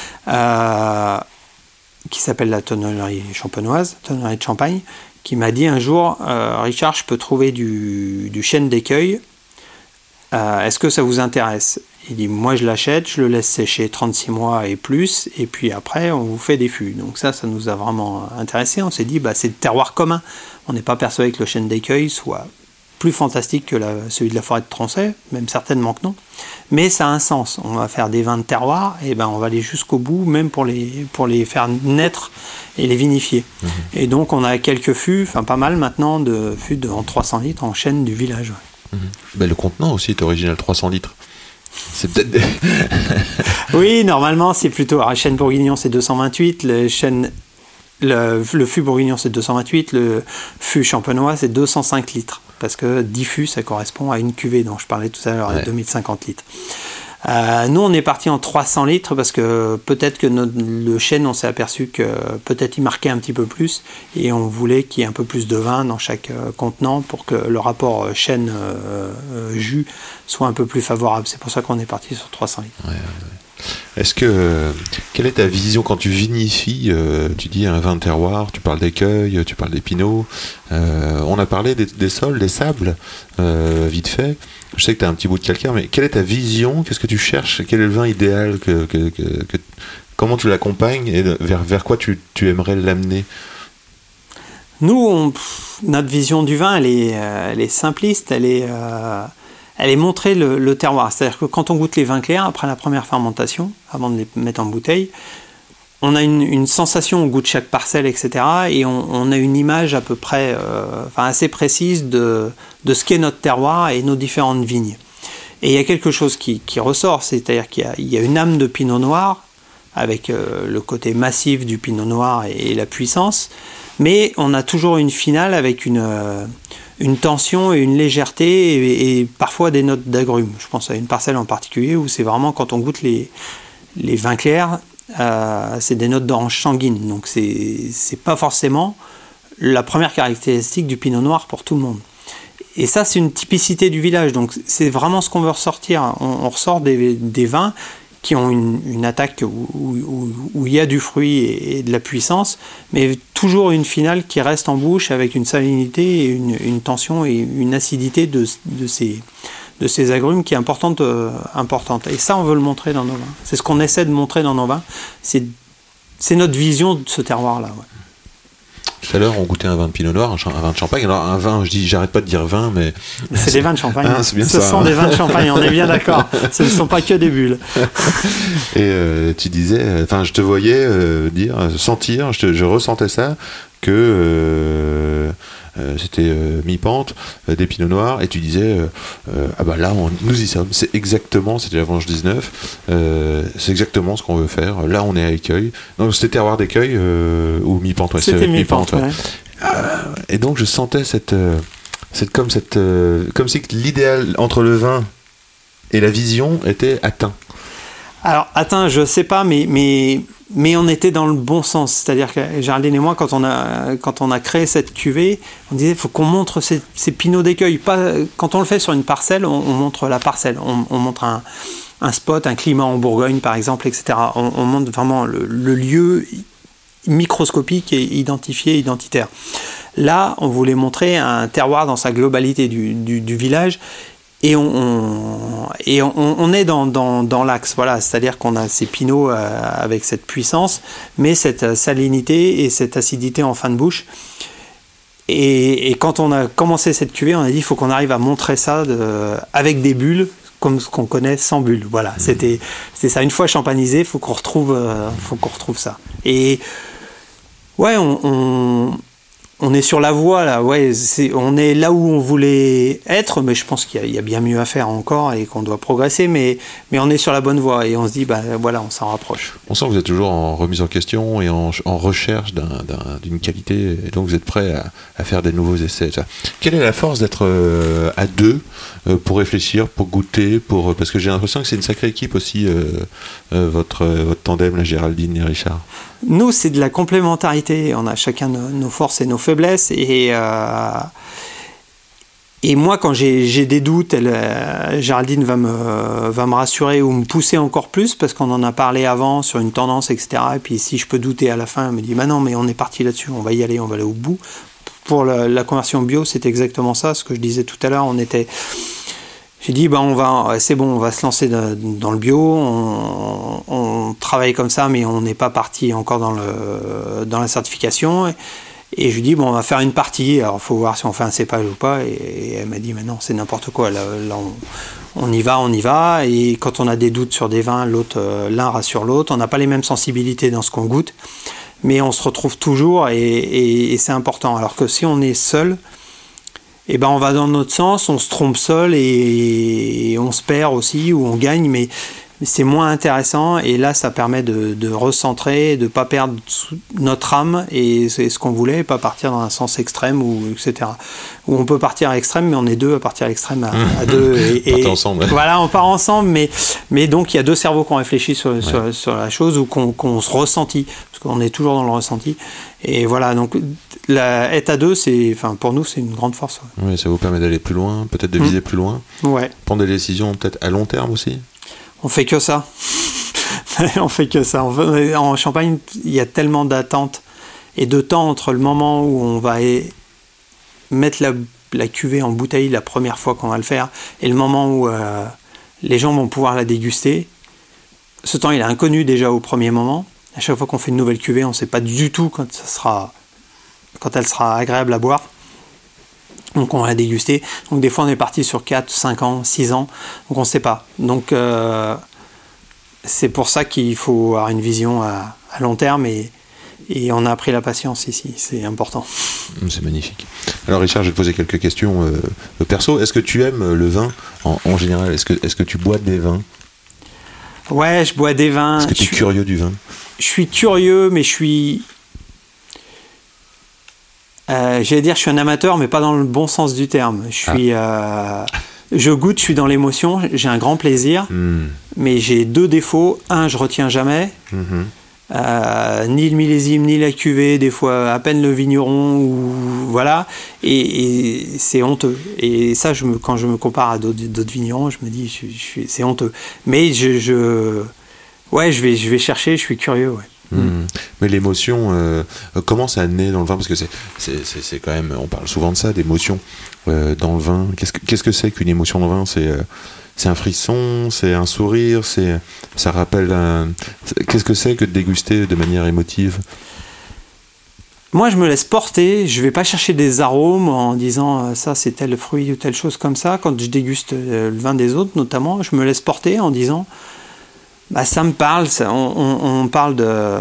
qui s'appelle la tonnellerie champenoise, tonnellerie de Champagne, qui m'a dit un jour, Richard, je peux trouver du chêne d'écueil. Est-ce que ça vous intéresse? Il dit, moi je l'achète, je le laisse sécher 36 mois et plus, et puis après on vous fait des fûts. Donc ça nous a vraiment intéressé. On s'est dit, c'est le terroir commun. On n'est pas persuadé que le chêne d'écueil soit plus fantastique que celui de la forêt de Tronchet, même certainement que non. Mais ça a un sens. On va faire des vins de terroir, et on va aller jusqu'au bout, même pour les faire naître et les vinifier. Et donc on a quelques fûts, pas mal maintenant, de fûts de 300 litres en chêne du village. Le contenant aussi est original, 300 litres. C'est peut-être Oui, normalement c'est plutôt... le chêne bourguignon c'est 228, le chêne Le fût bourguignon, c'est 228, le fût champenois, c'est 205 litres. Parce que 10 fûts, ça correspond à une cuvée dont je parlais tout à l'heure, à 2050 litres. Nous, on est parti en 300 litres parce que peut-être que le chêne, on s'est aperçu que peut-être il marquait un petit peu plus et on voulait qu'il y ait un peu plus de vin dans chaque contenant pour que le rapport chêne-jus soit un peu plus favorable. C'est pour ça qu'on est parti sur 300 litres. Ouais. Quelle est ta vision quand tu vinifies? Tu dis un vin de terroir, tu parles d'écueil, tu parles d'épinaux. On a parlé des sols, des sables, vite fait. Je sais que tu as un petit bout de calcaire, mais quelle est ta vision? Qu'est-ce que tu cherches? Quel est le vin idéal comment tu l'accompagnes et vers quoi tu aimerais l'amener? Nous, notre vision du vin, elle est simpliste, elle est montrer le terroir. C'est-à-dire que quand on goûte les vins clairs, après la première fermentation, avant de les mettre en bouteille, on a une sensation au goût de chaque parcelle, etc. Et on a une image à peu près assez précise de ce qu'est notre terroir et nos différentes vignes. Et il y a quelque chose qui ressort, c'est-à-dire qu'il y a une âme de pinot noir, avec le côté massif du pinot noir et la puissance, mais on a toujours une finale avec une tension et une légèreté et parfois des notes d'agrumes. Je pense à une parcelle en particulier où c'est vraiment quand on goûte les vins clairs, c'est des notes d'orange sanguine. Donc c'est pas forcément la première caractéristique du pinot noir pour tout le monde. Et ça, c'est une typicité du village. Donc c'est vraiment ce qu'on veut ressortir. On ressort des vins qui ont une attaque où il y a du fruit et de la puissance, mais toujours une finale qui reste en bouche avec une salinité et une tension et une acidité de ces agrumes qui est importante. Et ça, on veut le montrer dans nos vins. C'est ce qu'on essaie de montrer dans nos vins. C'est notre vision de ce terroir-là. Ouais. Tout à l'heure, on goûtait un vin de pinot noir, un vin de champagne. Alors, un vin, j'arrête pas de dire vin, mais. C'est des vins de champagne. C'est bien ce ça, sont des vins de champagne, on est bien d'accord. Ce ne sont pas que des bulles. Et tu disais, je te voyais sentir, je ressentais ça, que c'était mi-pente, des pinots noirs, et tu disais, là, nous y sommes. C'est exactement, c'était la Vendange 19, c'est exactement ce qu'on veut faire. Là, on est à Écueil. Donc, c'était terroir d'Écueil ou mi-pente, ouais. C'était mi-pente, ouais. Et donc, je sentais comme si l'idéal entre le vin et la vision était atteint. Alors, atteint, je sais pas, mais on était dans le bon sens. C'est-à-dire que Géraldine et moi, quand on a créé cette cuvée, on disait qu'il faut qu'on montre ces pinots d'Écueil. Quand on le fait sur une parcelle, on montre la parcelle. On montre un spot, un climat en Bourgogne, par exemple, etc. On montre vraiment le lieu microscopique et identitaire. Là, on voulait montrer un terroir dans sa globalité du village. Et on est dans l'axe, voilà, c'est-à-dire qu'on a ces pinots avec cette puissance, mais cette salinité et cette acidité en fin de bouche. Et quand on a commencé cette cuvée, on a dit il faut qu'on arrive à montrer ça avec des bulles, comme ce qu'on connaît sans bulles. Voilà, c'était ça. Une fois champanisé, il faut qu'on retrouve ça. Et ouais, on est sur la voie là, ouais, on est là où on voulait être, mais je pense qu'il y a bien mieux à faire encore et qu'on doit progresser, mais on est sur la bonne voie et on se dit, voilà, on s'en rapproche. On sent que vous êtes toujours en remise en question et en recherche d'une qualité, et donc vous êtes prêt à faire des nouveaux essais. Quelle est la force d'être à deux pour réfléchir, pour goûter, parce que j'ai l'impression que c'est une sacrée équipe aussi, votre tandem, la Géraldine et Richard. Nous, c'est de la complémentarité. On a chacun nos forces et nos faiblesses. Et moi, quand j'ai des doutes, Géraldine va me rassurer ou me pousser encore plus parce qu'on en a parlé avant sur une tendance, etc. Et puis si je peux douter à la fin, elle me dit non, mais on est parti là-dessus, on va y aller, on va aller au bout. Pour la conversion bio, c'est exactement ça, ce que je disais tout à l'heure. J'ai dit, c'est bon, on va se lancer dans le bio, on travaille comme ça, mais on n'est pas parti encore dans la certification. Et je lui dis, on va faire une partie, alors il faut voir si on fait un cépage ou pas. Et elle m'a dit, mais non, c'est n'importe quoi, là on y va. Et quand on a des doutes sur des vins, l'un rassure l'autre. On n'a pas les mêmes sensibilités dans ce qu'on goûte, mais on se retrouve toujours et c'est important. Alors que si on est seul, on va dans notre sens, on se trompe seul et on se perd aussi ou on gagne, mais c'est moins intéressant. Et là, ça permet de recentrer, de ne pas perdre notre âme et c'est ce qu'on voulait, et pas partir dans un sens extrême, ou etc. Où on peut partir à l'extrême, mais on est deux à partir à l'extrême à deux. Et ensemble. Voilà, on part ensemble, mais donc il y a deux cerveaux qui ont réfléchi sur la chose, ou qu'on se ressentit, parce qu'on est toujours dans le ressenti. Et voilà, donc être à deux, pour nous, c'est une grande force. Oui, ça vous permet d'aller plus loin, peut-être de viser plus loin. Ouais. Prendre des décisions peut-être à long terme aussi. On fait que ça. On fait que ça. En Champagne, il y a tellement d'attentes et de temps entre le moment où on va mettre la cuvée en bouteille la première fois qu'on va le faire et le moment où les gens vont pouvoir la déguster. Ce temps, il est inconnu déjà au premier moment. À chaque fois qu'on fait une nouvelle cuvée, on ne sait pas du tout quand elle sera agréable à boire. Donc on va la déguster. Donc des fois on est parti sur 4, 5 ans, 6 ans. Donc on ne sait pas. Donc c'est pour ça qu'il faut avoir une vision à long terme et on a appris la patience ici. C'est important. C'est magnifique. Alors Richard, je vais te poser quelques questions perso. Est-ce que tu aimes le vin en général ? Est-ce que tu bois des vins ? Ouais, je bois des vins. Est-ce que tu es curieux du vin ? Je suis curieux, mais je suis... j'allais dire, je suis un amateur, mais pas dans le bon sens du terme. Je goûte, je suis dans l'émotion, j'ai un grand plaisir, mais j'ai deux défauts. Un, je retiens jamais, ni le millésime, ni la cuvée, des fois à peine le vigneron, voilà, et c'est honteux. Et ça, quand je me compare à d'autres vignerons, je me dis, c'est honteux. Mais je vais chercher, je suis curieux, ouais. Mais l'émotion, comment ça naît dans le vin ? Parce que c'est quand même, on parle souvent de ça, d'émotion dans le vin. Qu'est-ce que c'est qu'une émotion dans le vin ? C'est un frisson, c'est un sourire, ça rappelle qu'est-ce que c'est que de déguster de manière émotive ? Moi, je me laisse porter, je vais pas chercher des arômes en disant ça c'est tel fruit ou telle chose comme ça. Quand je déguste le vin des autres, notamment, je me laisse porter en disant ça me parle, on parle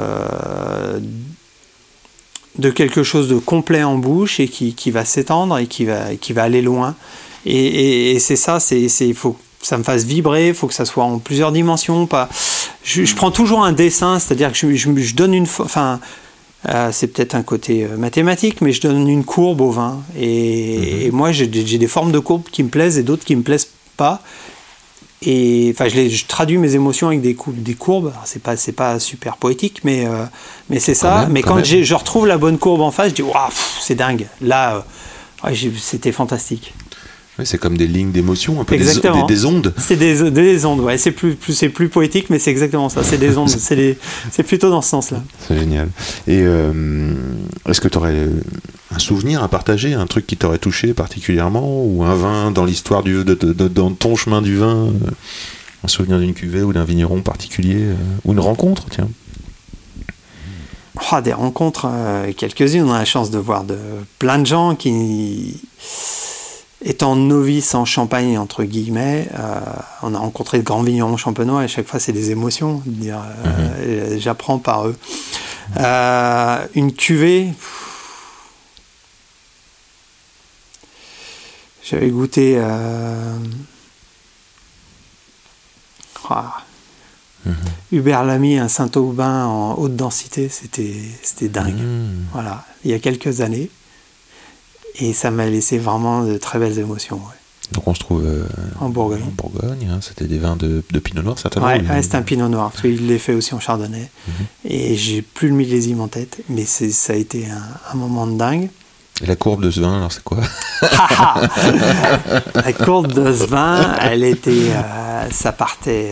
de quelque chose de complet en bouche et qui va s'étendre et qui va aller loin. Et c'est ça, il faut que ça me fasse vibrer, il faut que ça soit en plusieurs dimensions. Je prends toujours un dessin, c'est-à-dire que je donne une... c'est peut-être un côté mathématique, mais je donne une courbe au vin. Et moi, j'ai des formes de courbes qui me plaisent et d'autres qui ne me plaisent pas. Et je traduis mes émotions avec des courbes. Alors, c'est pas super poétique, mais c'est ça. Mais quand je retrouve la bonne courbe en face, je dis waouh, c'est dingue. Là, c'était fantastique. Oui, c'est comme des lignes d'émotion, un peu des ondes. C'est des ondes, ouais. C'est plus poétique, mais c'est exactement ça. C'est des ondes. C'est plutôt dans ce sens-là. C'est génial. Et est-ce que tu aurais un souvenir à partager, un truc qui t'aurait touché particulièrement, ou un vin dans l'histoire dans ton chemin du vin, un souvenir d'une cuvée ou d'un vigneron particulier, ou une rencontre, tiens. Des rencontres, quelques-unes. On a la chance de voir plein de gens qui... Étant novice en Champagne, entre guillemets, on a rencontré de grands vignerons champenois et à chaque fois c'est des émotions. J'apprends par eux. Une cuvée, j'avais goûté Hubert Lamy, un Saint-Aubin en haute densité, c'était dingue. Voilà, il y a quelques années. Et ça m'a laissé vraiment de très belles émotions. Ouais. Donc on se trouve en Bourgogne. En Bourgogne, hein, c'était des vins de Pinot Noir certainement. Ouais, c'était un Pinot Noir, parce qu'il l'est fait aussi en Chardonnay. Et j'ai plus le millésime en tête, mais ça a été un moment de dingue. Et la courbe de ce vin, alors c'est quoi ? La courbe de ce vin, elle était... ça partait...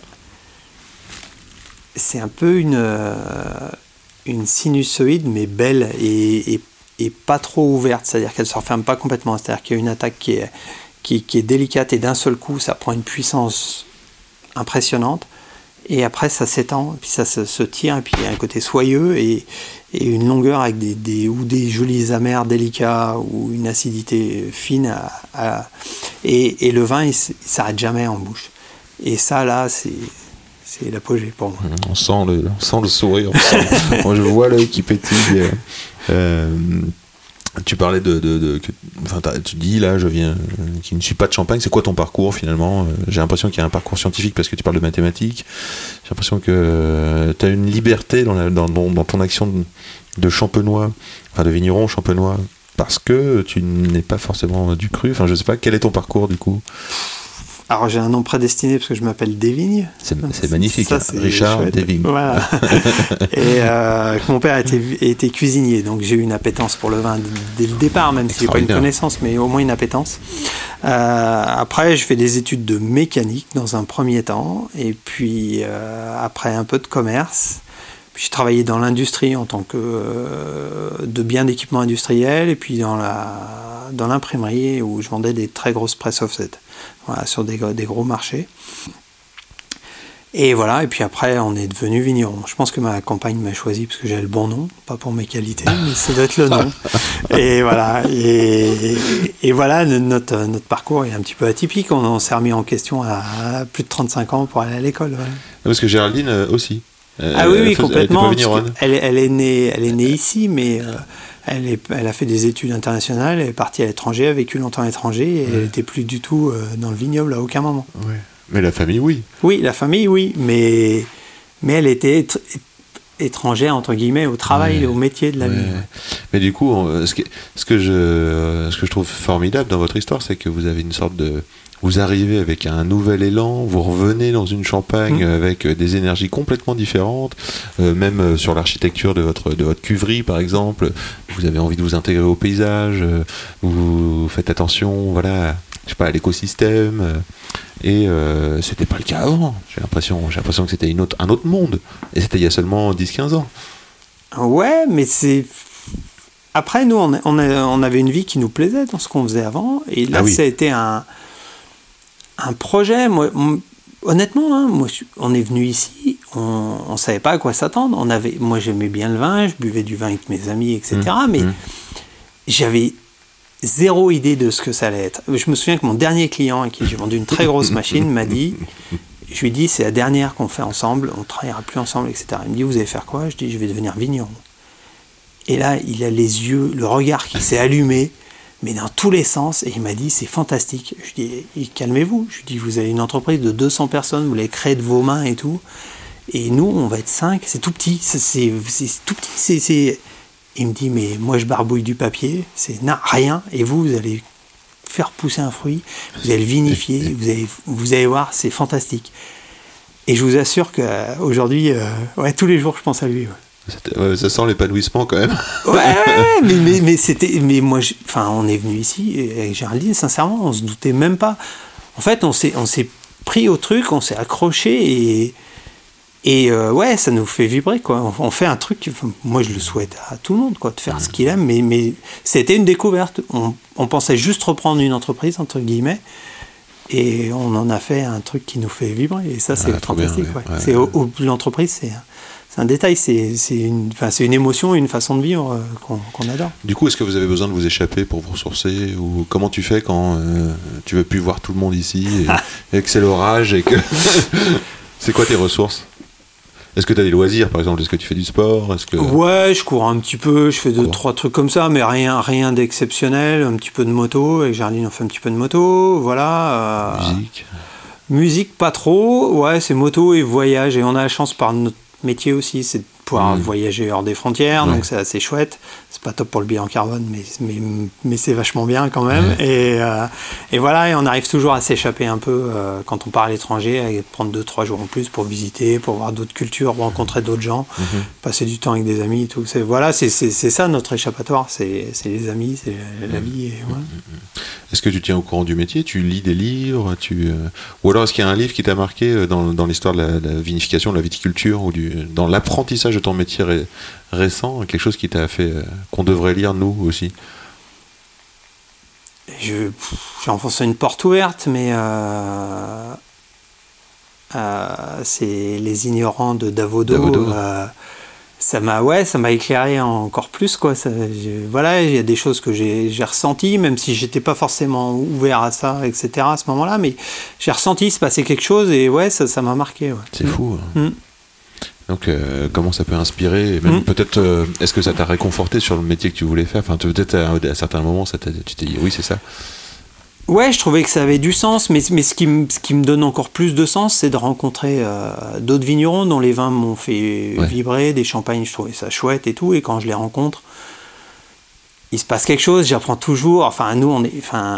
c'est un peu une sinusoïde, mais belle et pas trop ouverte, c'est-à-dire qu'elle ne se referme pas complètement, c'est-à-dire qu'il y a une attaque qui est délicate et d'un seul coup ça prend une puissance impressionnante et après ça s'étend, puis ça se tire et puis il y a un côté soyeux et une longueur avec des jolis amers délicats ou une acidité fine et le vin il s'arrête jamais en bouche et ça là c'est l'apogée pour moi. On sent le sourire, je vois l'œil qui pétille. Tu parlais tu dis là, qui ne suis pas de Champagne. C'est quoi ton parcours finalement? J'ai l'impression qu'il y a un parcours scientifique parce que tu parles de mathématiques. J'ai l'impression que tu as une liberté dans ton action de champenois, enfin de vigneron champenois, parce que tu n'es pas forcément du cru. Enfin, je sais pas, quel est ton parcours du coup? Alors j'ai un nom prédestiné parce que je m'appelle Desvignes. C'est magnifique, ça, hein. Richard Desvignes. Voilà. Et mon père était cuisinier, donc j'ai eu une appétence pour le vin dès le départ, même si j'ai pas une connaissance, mais au moins une appétence. Après, je fais des études de mécanique dans un premier temps, et puis après un peu de commerce. Puis j'ai travaillé dans l'industrie en tant que de biens d'équipement industriel, et puis dans l'imprimerie où je vendais des très grosses press offset. Voilà, sur des gros marchés. Et voilà, et puis après, on est devenu vigneron. Je pense que ma compagne m'a choisi parce que j'ai le bon nom, pas pour mes qualités, mais ça doit être le nom. Et voilà, et voilà, notre parcours est un petit peu atypique. On s'est remis en question à plus de 35 ans pour aller à l'école. Voilà. Parce que Géraldine aussi. Oui, complètement. Elle est née ici, mais elle a fait des études internationales, elle est partie à l'étranger, elle a vécu longtemps à l'étranger, et elle n'était plus du tout dans le vignoble à aucun moment. Ouais. Mais la famille, oui. Oui, la famille, oui, mais elle était étrangère, entre guillemets, au travail, au métier de la vie. Mais du coup, ce que je trouve formidable dans votre histoire, c'est que vous avez une sorte de... Vous arrivez avec un nouvel élan, vous revenez dans une Champagne avec des énergies complètement différentes, même sur l'architecture de votre cuverie par exemple, vous avez envie de vous intégrer au paysage, vous faites attention, voilà, je sais pas, à l'écosystème, et c'était pas le cas avant. J'ai l'impression que c'était un autre monde, et c'était il y a seulement 10-15 ans. Ouais, mais c'est... Après, nous, on avait une vie qui nous plaisait dans ce qu'on faisait avant, et là, ça a été un projet. Honnêtement, on est venu ici, on savait pas à quoi s'attendre. Moi, j'aimais bien le vin, je buvais du vin avec mes amis, etc. Mais j'avais zéro idée de ce que ça allait être. Je me souviens que mon dernier client, à qui j'ai vendu une très grosse machine, m'a dit, je lui ai dit, c'est la dernière qu'on fait ensemble, on ne travaillera plus ensemble, etc. Il me dit, vous allez faire quoi? Je dis, je vais devenir vigneron. Et là, il a les yeux, le regard qui s'est allumé, mais dans tous les sens, et il m'a dit, c'est fantastique. Je dis, calmez-vous. Je lui dis, vous avez une entreprise de 200 personnes, vous l'avez créée de vos mains et tout, et nous, on va être 5, c'est tout petit, c'est tout petit, Il me dit, mais moi, je barbouille du papier, c'est rien, et vous allez faire pousser un fruit, vous allez le vinifier, vous allez voir, c'est fantastique. Et je vous assure qu'aujourd'hui, tous les jours, je pense à lui. Ça sent l'épanouissement quand même. Mais moi, on est venu ici, et avec Géraldine, sincèrement, on se doutait même pas. En fait, on s'est pris au truc, on s'est accroché, et ça nous fait vibrer, quoi. On fait un truc, moi je le souhaite à tout le monde, quoi, de faire ce qu'il aime, mais c'était une découverte. On pensait juste reprendre une entreprise, entre guillemets, et on en a fait un truc qui nous fait vibrer, et ça, c'est fantastique. Bien, l'entreprise, c'est un détail, c'est une émotion, une façon de vivre qu'on adore. Du coup, est-ce que vous avez besoin de vous échapper pour vous ressourcer, ou comment tu fais quand tu veux plus voir tout le monde ici et que c'est l'orage et que c'est quoi tes ressources? Est-ce que tu as des loisirs, par exemple? Est-ce que tu fais du sport? Ouais, je cours un petit peu, je fais 2-3 trucs comme ça, mais rien d'exceptionnel. Un petit peu de moto, avec Géraldine on fait un petit peu de moto, voilà. Musique, pas trop, ouais, c'est moto et voyage, et on a la chance par notre métier aussi, c'est de pouvoir voyager hors des frontières, donc c'est assez chouette. C'est pas top pour le bilan carbone, mais c'est vachement bien quand même. Et voilà, et on arrive toujours à s'échapper un peu quand on part à l'étranger, à prendre 2-3 jours en plus pour visiter, pour voir d'autres cultures, rencontrer d'autres gens, passer du temps avec des amis et tout. C'est ça notre échappatoire, c'est les amis, c'est la vie. Est-ce que tu tiens au courant du métier? Tu lis des livres? Ou alors est-ce qu'il y a un livre qui t'a marqué dans l'histoire de la vinification, de la viticulture, ou dans l'apprentissage de ton métier récent, quelque chose qui t'a fait qu'on devrait lire nous aussi? J'ai enfoncé une porte ouverte, mais c'est Les Ignorants de Davodo. Ça m'a éclairé encore plus, quoi. Il y a des choses que j'ai ressenties, même si j'étais pas forcément ouvert à ça, etc. à ce moment-là, mais j'ai ressenti se passer quelque chose, et ça m'a marqué. Ouais. C'est fou. Donc, comment ça peut inspirer et même peut-être, est-ce que ça t'a réconforté sur le métier que tu voulais faire? Enfin, peut-être à certains moments, tu t'es dit oui, c'est ça. Ouais, je trouvais que ça avait du sens, mais ce qui me donne encore plus de sens, c'est de rencontrer d'autres vignerons dont les vins m'ont fait vibrer, des champagnes, je trouvais ça chouette et tout, et quand je les rencontre, il se passe quelque chose, j'apprends toujours, enfin nous on est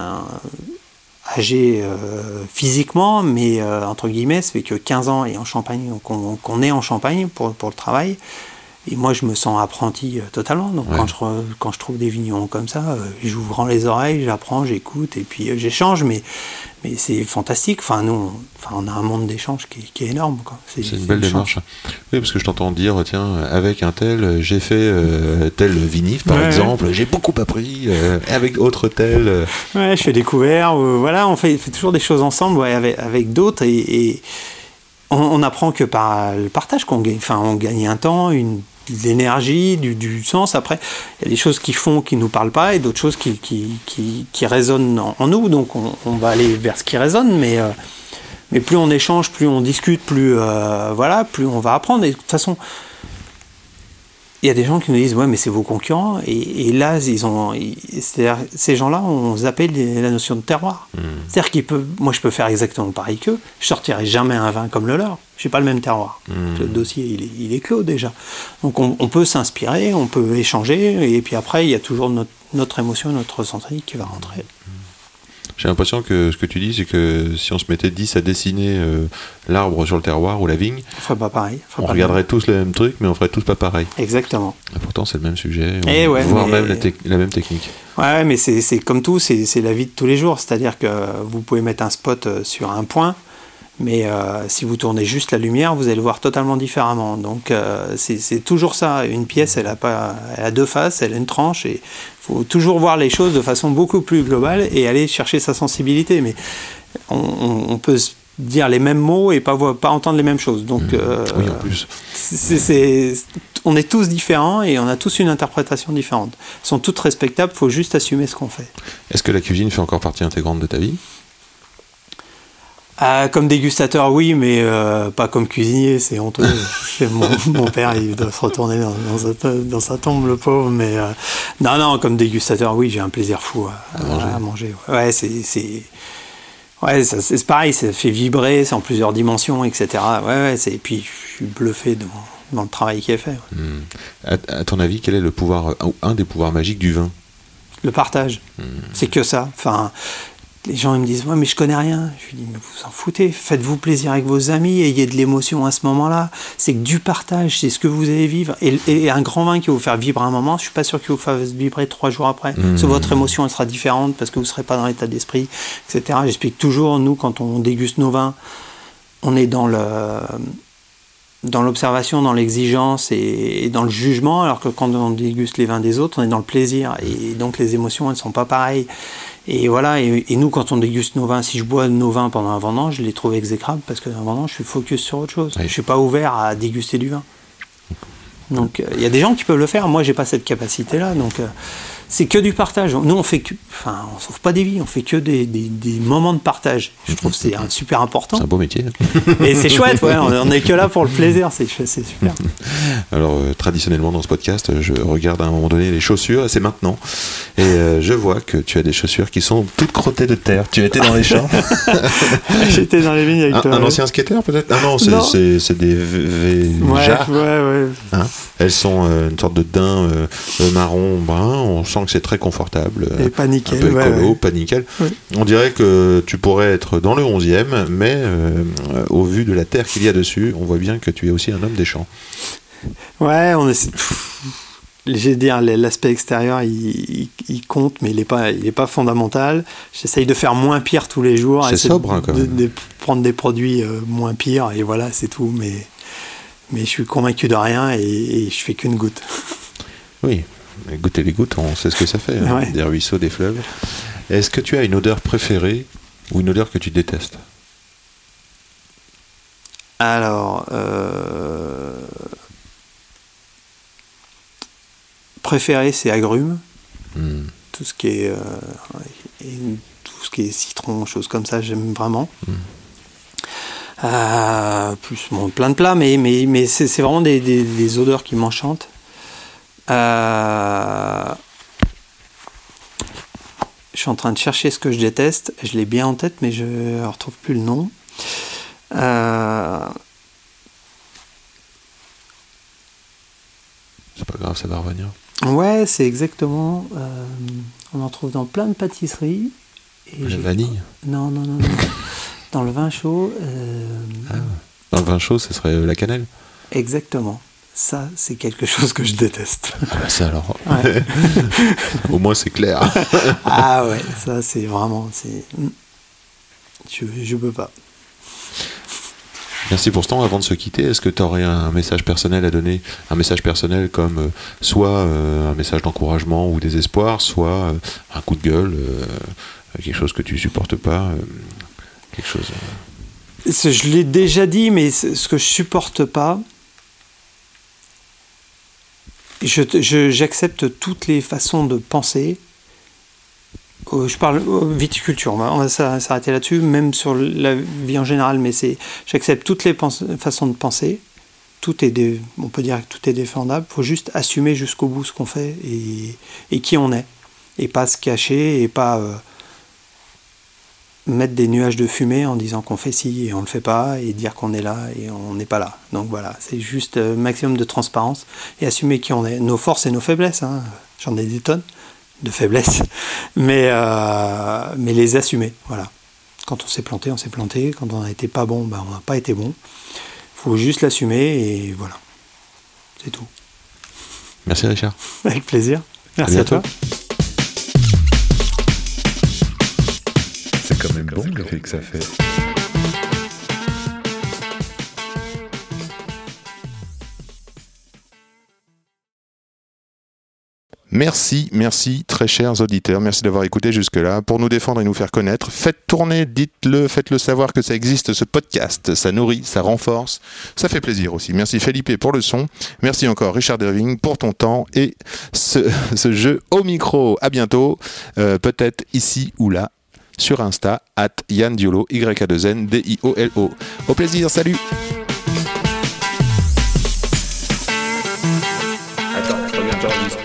âgés physiquement, mais entre guillemets, ça fait que 15 ans et en Champagne, qu'on est en Champagne pour le travail. Et moi, je me sens apprenti totalement. Donc, quand je trouve des vignerons comme ça, j'ouvre les oreilles, j'apprends, j'écoute, et puis j'échange. Mais c'est fantastique. Enfin, nous, on a un monde d'échange qui est énorme, quoi. C'est une belle démarche. Oui, parce que je t'entends dire, tiens, avec un tel, j'ai fait tel vinif, par exemple. J'ai beaucoup appris. Avec autre tel. Ouais, je fais découvert. Voilà, on fait toujours des choses ensemble, avec d'autres. Et on apprend que par le partage qu'on gagne. Enfin, on gagne un temps, de l'énergie, du sens. Après, il y a des choses qui nous parlent pas et d'autres choses qui résonnent en nous. Donc, on va aller vers ce qui résonne, mais plus on échange, plus on discute, plus on va apprendre. Et de toute façon, il y a des gens qui nous disent ouais, mais c'est vos concurrents. Et là, c'est-à-dire, ces gens-là, on zappé la notion de terroir. C'est-à-dire moi, je peux faire exactement pareil qu'eux. Je sortirai jamais un vin comme le leur. J'ai pas le même terroir. Le dossier, il est clos déjà. Donc, on peut s'inspirer, on peut échanger. Et puis après, il y a toujours notre émotion, notre ressenti qui va rentrer. J'ai l'impression que ce que tu dis, c'est que si on se mettait 10 à dessiner l'arbre sur le terroir ou la vigne, on ferait pas pareil. On regarderait tous les mêmes trucs, mais on ferait tous pas pareil. Exactement. Et pourtant, c'est le même sujet, voire même la même technique. Ouais, mais c'est comme tout, c'est la vie de tous les jours. C'est-à-dire que vous pouvez mettre un spot sur un point, mais si vous tournez juste la lumière, vous allez le voir totalement différemment. Donc c'est toujours ça. Une pièce, elle a deux faces, elle a une tranche, et il faut toujours voir les choses de façon beaucoup plus globale et aller chercher sa sensibilité. Mais on peut dire les mêmes mots et pas entendre les mêmes choses. Donc oui, en plus. On est tous différents et on a tous une interprétation différente. Elles sont toutes respectables, il faut juste assumer ce qu'on fait. Est-ce que la cuisine fait encore partie intégrante de ta vie ? Comme dégustateur, oui, mais pas comme cuisinier, c'est honteux. Mon père, il doit se retourner dans sa tombe, le pauvre. Mais non, comme dégustateur, oui, j'ai un plaisir fou à manger. Ouais, c'est pareil, ça fait vibrer, c'est en plusieurs dimensions, etc. Et puis je suis bluffé dans le travail qui est fait. À ton avis, quel est le pouvoir, un des pouvoirs magiques du vin ? Le partage. C'est que ça. Enfin. Les gens ils me disent ouais mais je connais rien. Je lui dis mais vous en foutez, faites-vous plaisir avec vos amis, ayez de l'émotion à ce moment-là. C'est que du partage, c'est ce que vous allez vivre. Et un grand vin qui va vous faire vibrer un moment, je suis pas sûr qu'il vous fasse vibrer 3 jours après. Parce que votre émotion elle sera différente parce que vous serez pas dans l'état d'esprit, etc. J'explique toujours, nous quand on déguste nos vins, on est dans l'observation, dans l'exigence et dans le jugement, alors que quand on déguste les vins des autres, on est dans le plaisir. Et donc les émotions elles sont pas pareilles. Et voilà, et nous, quand on déguste nos vins, si je bois nos vins pendant un vendange, je les trouve exécrables parce que dans un vendange, je suis focus sur autre chose. Oui. Je ne suis pas ouvert à déguster du vin. Donc, il y a des gens qui peuvent le faire. Moi, je n'ai pas cette capacité-là. Donc, c'est que du partage. Nous, on ne sauve pas des vies, on fait que des moments de partage. Je trouve que c'est super important. C'est un beau métier. Et c'est chouette, on n'est que là pour le plaisir, c'est super. Alors, traditionnellement, dans ce podcast, je regarde à un moment donné les chaussures, et c'est maintenant. Et je vois que tu as des chaussures qui sont toutes crottées de terre. Tu étais dans les champs. J'étais dans les vignes avec toi. Un ancien skater, peut-être ? Ah non, c'est des jarres. Ouais. Hein, elles sont une sorte de daim marron, brun. On sent que c'est très confortable. Et pas nickel. Un peu écolo, pas nickel. Ouais. On dirait que tu pourrais être dans le 11e, mais au vu de la terre qu'il y a dessus, on voit bien que tu es aussi un homme des champs. Ouais, j'ai dit, l'aspect extérieur, il compte, mais il est pas fondamental. J'essaye de faire moins pire tous les jours. C'est sobre, quand même. De prendre des produits moins pires, et voilà, c'est tout. Mais je suis convaincu de rien, et je fais qu'une goutte. Oui, goûter les gouttes, on sait ce que ça fait. Hein, des ruisseaux, des fleuves. Est-ce que tu as une odeur préférée ou une odeur que tu détestes ? Alors... préféré, c'est agrumes. Tout ce qui est citron, choses comme ça, j'aime vraiment. Plus plein de plats, mais c'est vraiment des odeurs qui m'enchantent. Je suis en train de chercher ce que je déteste. Je l'ai bien en tête, mais je ne retrouve plus le nom. C'est pas grave, ça va revenir. Ouais, c'est exactement. On en trouve dans plein de pâtisseries. Et La vanille. Non. Dans le vin chaud. Dans le vin chaud, ce serait la cannelle. Exactement. Ça, c'est quelque chose que je déteste. Ah bah ça alors. Ouais. Au moins c'est clair. Ah ouais, ça c'est vraiment. Je peux pas. Merci pour ce temps. Avant de se quitter, est-ce que tu aurais un message personnel à donner? Un message personnel comme soit un message d'encouragement ou désespoir, soit un coup de gueule, quelque chose que tu supportes pas, quelque chose... Je l'ai déjà dit, mais ce que je supporte pas, j'accepte toutes les façons de penser. Je parle viticulture, on va s'arrêter là-dessus, même sur la vie en général, mais j'accepte toutes les façons de penser. On peut dire que tout est défendable. Il faut juste assumer jusqu'au bout ce qu'on fait et qui on est, et pas se cacher et pas mettre des nuages de fumée en disant qu'on fait ci et on le fait pas, et dire qu'on est là et on n'est pas là. Donc voilà, c'est juste maximum de transparence et assumer qui on est, nos forces et nos faiblesses. Hein. J'en ai des tonnes de faiblesses, mais les assumer, voilà. Quand on s'est planté, on s'est planté. Quand on n'a été pas bon, on n'a pas été bon. Il faut juste l'assumer et voilà. C'est tout. Merci Richard. Avec plaisir. Merci à toi. C'est quand même bon l'effet que ça fait. Merci, très chers auditeurs. Merci d'avoir écouté jusque-là. Pour nous défendre et nous faire connaître, faites tourner, dites-le, faites-le savoir que ça existe, ce podcast. Ça nourrit, ça renforce, ça fait plaisir aussi. Merci Felipe pour le son. Merci encore Richard Derving pour ton temps et ce jeu au micro. À bientôt, peut-être ici ou là, sur Insta, @YannDiolo, Y-A-2-N, D-I-O-L-O. Au plaisir, salut! Attends, regarde, j'enregistre.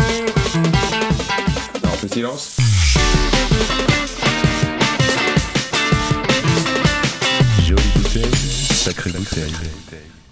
Non, on fait silence. Jolie bouteille, sacrée bouteille.